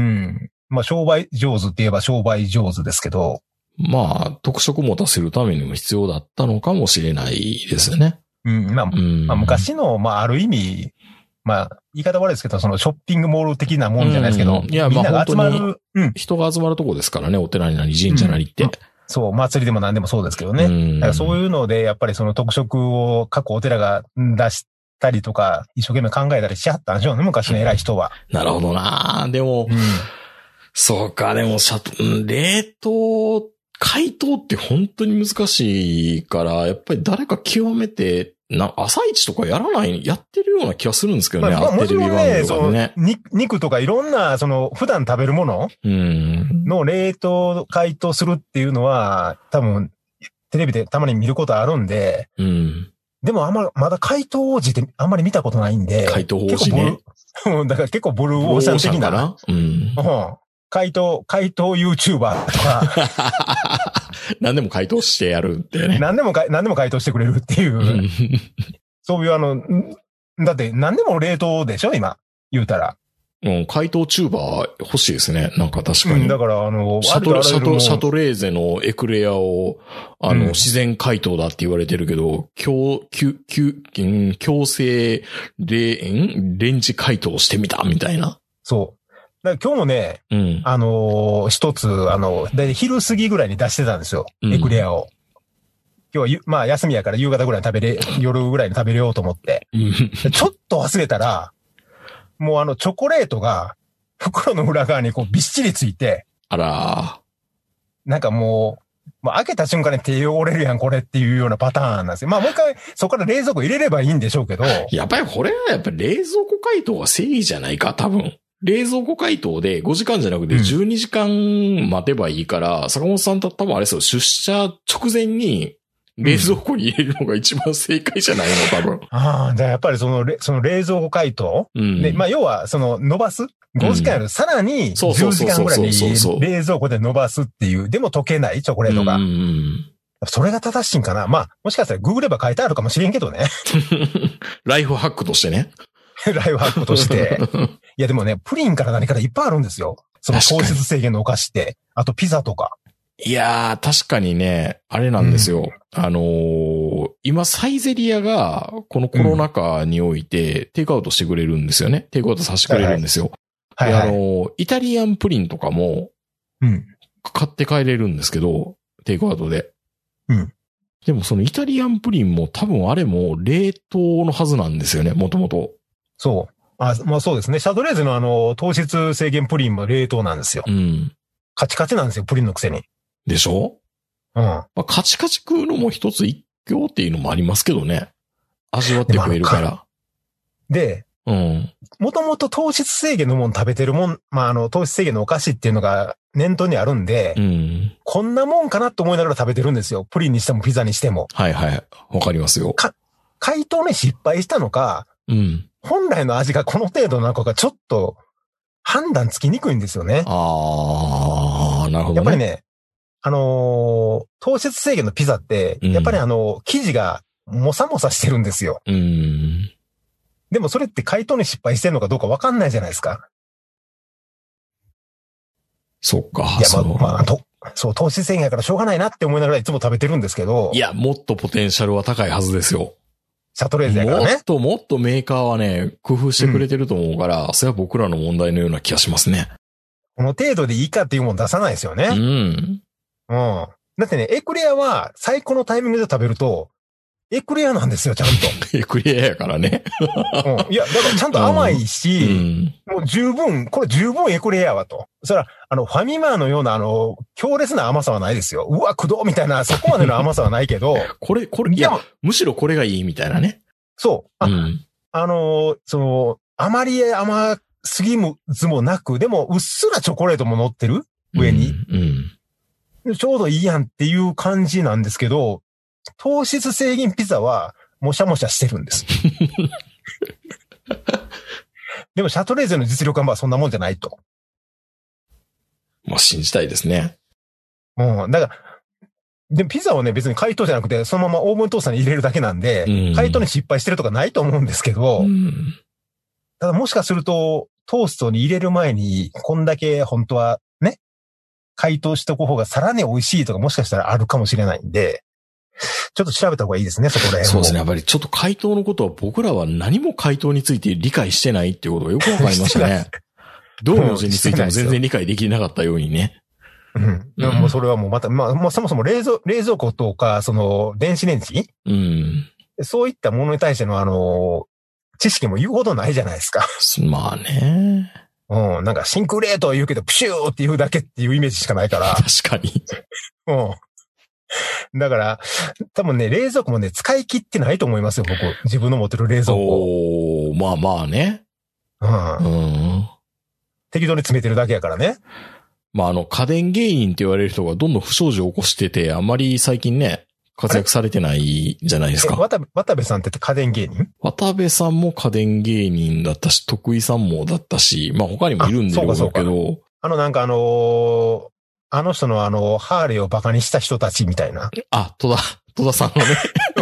まあ、商売上手って言えば商売上手ですけど。 まあ、特色持たせるためにも必要だったのかもしれないですよね。 うん。まあ、うん、まあ、昔の、まあ、ある意味、まあ、言い方悪いですけど、そのショッピングモール的なもんじゃないですけど、 うん、いや、 みんなが集まる、うん、人が集まるとこですからね、お寺になり、神社なりって。うん、 そう、祭りでも何でもそうですけどね。うん、だからそういうので、やっぱりその特色を各お寺が出したりとか、一生懸命考えたりしはったんでしょうね、昔の偉い人は。 なるほどな。でも、うん、そうか、でも、冷凍、解凍って本当に難しいから、やっぱり誰か極めて、な、朝一とかやらない、やってるような気がするんですけどね、 まあ、 テレビ番組とかね。 ね肉とかいろんな、その、普段食べるものの冷凍、解凍するっていうのは、多分、テレビでたまに見ることあるんで、 うん、 でもあんま、まだ解凍王子ってあんまり見たことないんで、 解凍王子ね。 だから結構ブルーオーシャン的な。 なうん。 うん解凍、解凍 YouTuber とか。 何でも解凍してやるってね。 何でもか、何でも解凍してくれるっていう。そういうあの、だって何でも冷凍でしょ今。言うたら。 うん、解凍チューバー欲しいですね。なんか確かに。うん、 だからあの、 シャトレ、シャト、シャトレーゼのエクレアを、あの、うん、自然解凍だって言われてるけど、強、強、強、強制レ、んレンジ解凍してみたみたいな。 そう。だから今日もね、うん、あのー、一つ、あの、で昼過ぎぐらいに出してたんですよ。うん、エクレアを。今日は、まあ休みやから夕方ぐらいに食べれ、夜ぐらいに食べれようと思って。ちょっと忘れたら、もうあの、チョコレートが、袋の裏側にこうびっしりついて。 あらー。なんかもう、まあ開けた瞬間に手汚れるやん、これっていうようなパターンなんですよ。まあもう一回、そこから冷蔵庫入れればいいんでしょうけど。 やっぱりこれはやっぱり冷蔵庫解凍が正義じゃないか、多分。冷蔵庫解凍でごじかんじゃなくてじゅうにじかん待てばいいから、うん、坂本さんと多分あれですよ、出社直前に冷蔵庫に入れるのが一番正解じゃないの、多分。 ああ、じゃあやっぱりその、その冷蔵庫解凍、うん、で、まあ要はその伸ばすごじかんやる、うん、さらにじゅうじかんぐらいに冷蔵庫で伸ばすっていう、でも溶けないチョコレートが。うん、それが正しいんかな。まあ、もしかしたらググれば書いてあるかもしれんけどね。 ライフハックとしてね。 ライフハックとして。いやでもね、プリンから何からいっぱいあるんですよ。その糖質制限のお菓子って。あとピザとか。 いやー、確かにね、あれなんですよ。うん、あのー、今、サイゼリアが、このコロナ禍において、テイクアウトしてくれるんですよね。テイクアウトさせてくれるんですよ。 はいはい。 で、あのー、イタリアンプリンとかも、 うん。 買って帰れるんですけど、テイクアウトで。 うん。 でもそのイタリアンプリンも多分あれも冷凍のはずなんですよね、もともと。 そう。あ、まあそうですね。シャトレーゼのあの、糖質制限プリンも冷凍なんですよ。 うん。 カチカチなんですよ、プリンのくせに。 でしょ？うん。まあ、カチカチ食うのも一つ一興っていうのもありますけどね。味わって食えるから。 で、 うん。 もともと糖質制限のもの食べてるもん、まああの、糖質制限のお菓子っていうのが念頭にあるんで、 うん。 こんなもんかなと思いながら食べてるんですよ。プリンにしてもピザにしても。 はいはい。わかりますよ。 か、解凍に失敗したのか、 うん。 本来の味がこの程度なのかがちょっと判断つきにくいんですよね。 ああ、なるほどね。 やっぱりね、あのー、糖質制限のピザって、やっぱりあの、生地がもさもさしてるんですよ。 うん。 でもそれって解凍に失敗してるのかどうかわかんないじゃないですか。 そっか。 いや、まあ、まあ、と、そう、糖質制限やからしょうがないなって思いながらいつも食べてるんですけど。 いや、もっとポテンシャルは高いはずですよ。 シャトレーゼやからね。 もっともっとメーカーはね、工夫してくれてると思うから、うん、それは僕らの問題のような気がしますね。 この程度でいいかっていうもの出さないですよね。 うん。 うん。だってね、エクレアは最高のタイミングで食べると、エクレアなんですよ、ちゃんと。 エクレアやからね。 うん。いや、だからちゃんと甘いし、うん、もう十分、これ十分エクレアやわと。それは、あの、ファミマのような、あの、強烈な甘さはないですよ。うわ、くどみたいな、そこまでの甘さはないけど。 これ、これ、いや、むしろこれがいいみたいなね。 そう。あ、 うん、 あの、その、あまり甘すぎずもなく、でも、うっすらチョコレートも乗ってる上に。 うんうん、ちょうどいいやんっていう感じなんですけど、糖質制限ピザは、もしゃもしゃしてるんです。でも、シャトレーゼの実力はまあそんなもんじゃないと。 まあ、信じたいですね。 うん。だから、で、ピザはね、別に解凍じゃなくて、そのままオーブントースターに入れるだけなんで、うん、解凍に失敗してるとかないと思うんですけど、 うん、 ただもしかすると、トーストに入れる前に、こんだけ本当はね、解凍しておく方がさらに美味しいとかもしかしたらあるかもしれないんで、ちょっと調べた方がいいですね、そこら辺。 そうですね。やっぱりちょっと解凍のことは僕らは何も解凍について理解してないっていうことがよくわかりましたね。銅の字についても全然理解できなかったようにね。 うん。でももうそれはもうまた、まあ、もうそもそも冷蔵、冷蔵庫とか、その、電子レンジ、 うん。 そういったものに対してのあの、知識も言うほどないじゃないですか。 まあね。 うん。なんか、真空冷凍言うけど、プシューって言うだけっていうイメージしかないから。 確かに。 うん。だから、多分ね、冷蔵庫もね、使い切ってないと思いますよ、僕。自分の持ってる冷蔵庫。 おー、まあまあね。 うん。 うん。 適当に詰めてるだけやからね。 まああの、家電芸人って言われる人がどんどん不祥事を起こしてて、あんまり最近ね、活躍されてないじゃないですか。 渡部、渡部さんって家電芸人？ 渡部さんも家電芸人だったし、徳井さんもだったし、まあ他にもいるんだろうけど。 あのなんかあのー、あの人のあの、ハーレーをバカにした人たちみたいな。 あ、戸田、戸田さんのね。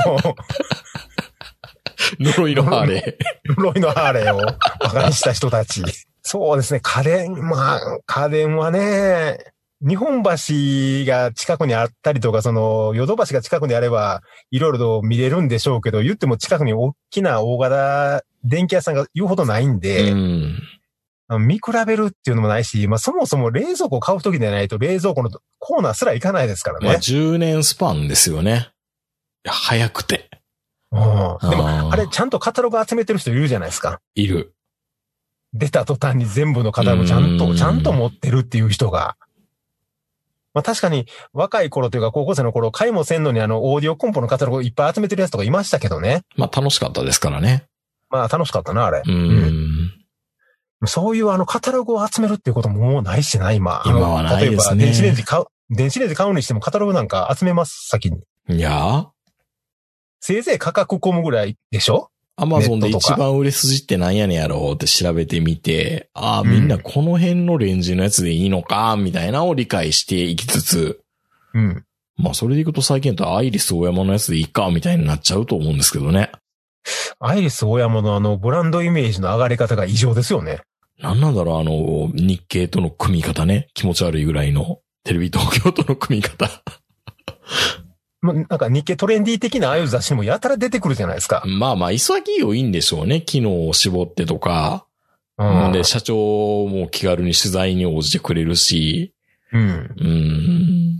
呪いのハーレー。呪いのハーレーをバカにした人たち。そうですね、家電、まあ、家電はね、日本橋が近くにあったりとか、その、ヨドバシが近くにあれば、いろいろと見れるんでしょうけど、言っても近くに大きな大型電気屋さんが言うほどないんで、 うん、 見比べるっていうのもないし、まあそもそも冷蔵庫を買うときでないと冷蔵庫のコーナーすら行かないですからね。 まあじゅうねんスパンですよね。早くて。 うん。でも、あれちゃんとカタログ集めてる人いるじゃないですか。 いる。 出た途端に全部のカタログちゃんと、ちゃんと持ってるっていう人が。まあ確かに若い頃というか高校生の頃、買いもせんのにあのオーディオコンポのカタログいっぱい集めてるやつとかいましたけどね。 まあ楽しかったですからね。 まあ楽しかったな、あれ。 うん。 うん、そういうあのカタログを集めるっていうことももうないしな、今。 今はないですね。 例えば電子レンジ買う、電子レンジ買うにしてもカタログなんか集めます、先に。 いやせいぜい価格込むぐらいでしょ？ アマゾンで一番売れ筋ってなんやねんやろうって調べてみて、ああ、みんなこの辺のレンジのやつでいいのか、みたいなのを理解していきつつ、 うん。 まあそれでいくと最近だとアイリス大山のやつでいいか、みたいになっちゃうと思うんですけどね。 アイリス大山のあのブランドイメージの上がり方が異常ですよね。 なんなんだろう、あの日経との組み方ね。気持ち悪いぐらいのテレビ東京との組み方。 なんか日経トレンディ的なああいう雑誌にもやたら出てくるじゃないですか。 まあまあ、潔いいんでしょうね。機能を絞ってとか。うん、で、社長も気軽に取材に応じてくれるし。 うん。 うん。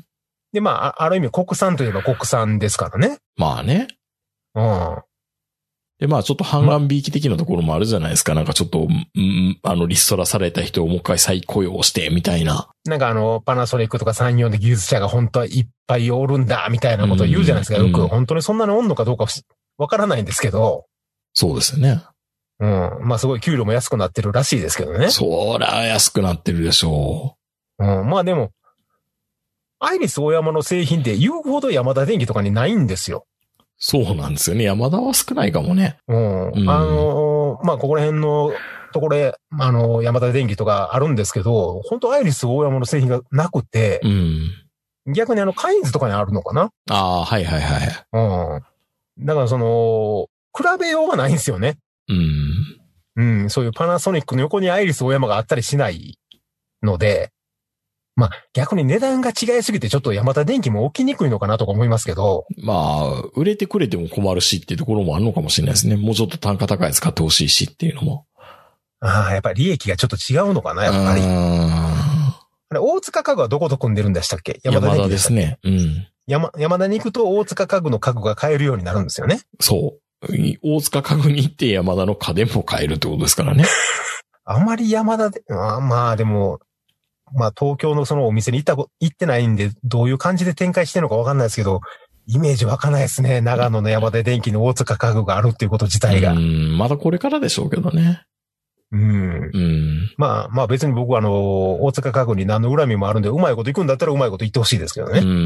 で、まあ、ある意味国産といえば国産ですからね。 まあね。 うん。 で、まあちょっと半眼びいき的なところもあるじゃないですか。なんかちょっと、うん、あの、リストラされた人をもう一回再雇用して、みたいな。 なんかあの、パナソニックとかサンヨーの技術者が本当はいっぱいおるんだ、みたいなことを言うじゃないですか。よく、うん、本当にそんなにおんのかどうかわからないんですけど。 そうですよね。 うん。まあすごい給料も安くなってるらしいですけどね。 そら安くなってるでしょう。うん。まあでも、アイリスオーヤマの製品って言うほどヤマダ電機とかにないんですよ。 そうなんですよね。ヤマダは少ないかもね。 うん。うん、あのー、まあ、ここら辺のところで、あのー、ヤマダ電機とかあるんですけど、本当アイリスオーヤマの製品がなくて、 うん、 逆にあの、カインズとかにあるのかな？ ああ、はいはいはい。 うん。だからその、比べようがないんですよね。 うん。 うん。そういうパナソニックの横にアイリスオーヤマがあったりしないので、まあ、逆に値段が違いすぎてちょっとヤマダ電機も起きにくいのかなとか思いますけど。 まあ、売れてくれても困るしっていうところもあるのかもしれないですね。もうちょっと単価高いやつ買ってほしいしっていうのも。 ああ、やっぱり利益がちょっと違うのかな、やっぱり。あれ、大塚家具はどこと組んでるんでしたっけ？ ヤマダ電機ですね。うん。 山、山田に行くと大塚家具の家具が買えるようになるんですよね。 そう。大塚家具に行ってヤマダの家電も買えるってことですからね。 あまりヤマダで、あまあでも、まあ東京のそのお店に行った、行ってないんで、どういう感じで展開してるのかわかんないですけど、イメージわかんないですね。長野の山田電機の大塚家具があるっていうこと自体が。 うん、まだこれからでしょうけどね。 うん。 うん。 まあまあ別に僕はあの、大塚家具に何の恨みもあるんで、うまいこと行くんだったらうまいこと言ってほしいですけどね。 うん。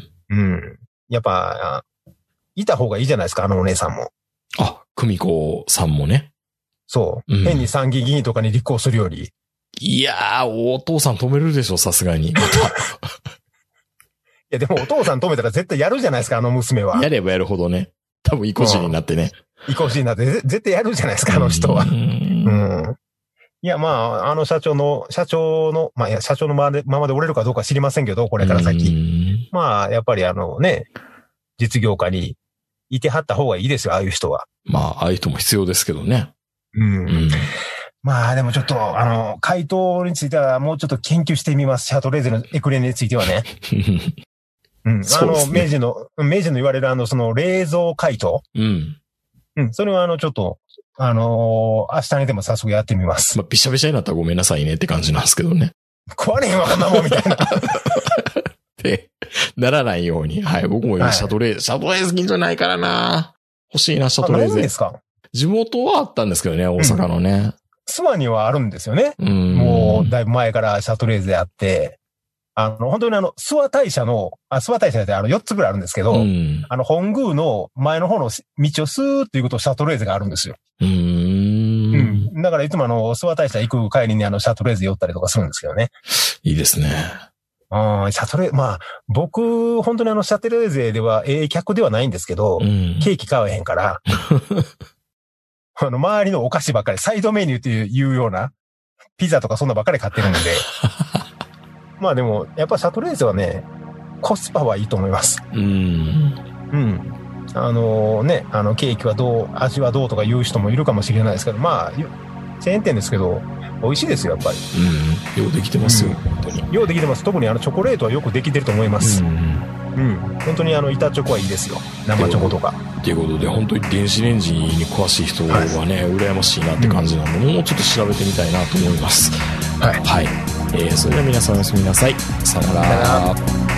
うん。やっぱ、いた方がいいじゃないですか、あのお姉さんも。 あ、久美子さんもね。 そう。うん、変に参議院議員とかに立候補するより。 いやー、お父さん止めるでしょ、さすがに。また。いや、でもお父さん止めたら絶対やるじゃないですか、あの娘は。 やればやるほどね。多分、意固地になってね。 意固地になって、絶対やるじゃないですか、あの人は。うん。いや、まあ、あの社長の、社長の、まあ、いや、社長のままで、ままで折れるかどうか知りませんけど、これから先。まあ、やっぱりあのね、実業家にいてはった方がいいですよ、ああいう人は。 まあ、ああいう人も必要ですけどね。 うん。うん、まあ、でもちょっと、あの、回答についてはもうちょっと研究してみます。シャトレーゼのエクレについてはね。うん。あの、明治の、明治の言われるあの、その冷蔵解凍。 うん。 うん。それはあの、ちょっと、あのー、明日にでも早速やってみます。 まあ、びしゃびしゃになったらごめんなさいねって感じなんですけどね。 食われへんわ、こんなもんみたいな。 ってならないように。はい。僕も今、シャトレーゼ、はい、シャトレーゼ近所ないからな。欲しいな、シャトレーゼ。 ないんですか？ 地元はあったんですけどね、大阪のね。うん、 諏訪にはあるんですよね。 うん。 もう、だいぶ前からシャトレーゼあって、あの、本当にあの、諏訪大社の、あ、諏訪大社ってあのよっつぐらいあるんですけど、うん、あの、本宮の前の方の道をスーッと行くとシャトレーゼがあるんですよ。 うーん。 うん。だからいつもあの、諏訪大社行く帰りにあの、シャトレーゼ寄ったりとかするんですけどね。 いいですね。 ああ、シャトレー、まあ、僕、本当にあの、シャトレーゼでは、ええ客ではないんですけど、うん、ケーキ買わへんから、あの、周りのお菓子ばっかり、サイドメニューっていうような、ピザとかそんなばっかり買ってるんで、まあでも、やっぱシャトレーゼはね、コスパはいいと思います。 うん。 うん。あのー、ね、あの、ケーキはどう、味はどうとか言う人もいるかもしれないですけど、まあ、チェーン店ですけど、美味しいですよ、やっぱり。 うん。ようできてますよ、うん、本当に。 ようできてます。特にあの、チョコレートはよくできてると思います。うん。うん。本当にあの、板チョコはいいですよ。生チョコとか。 ということで、本当に電子レンジに詳しい人はね、はい、羨ましいなって感じなので、うん、もうちょっと調べてみたいなと思います。 はい。 はい。えー、それでは皆さんおやすみなさい。さよなら。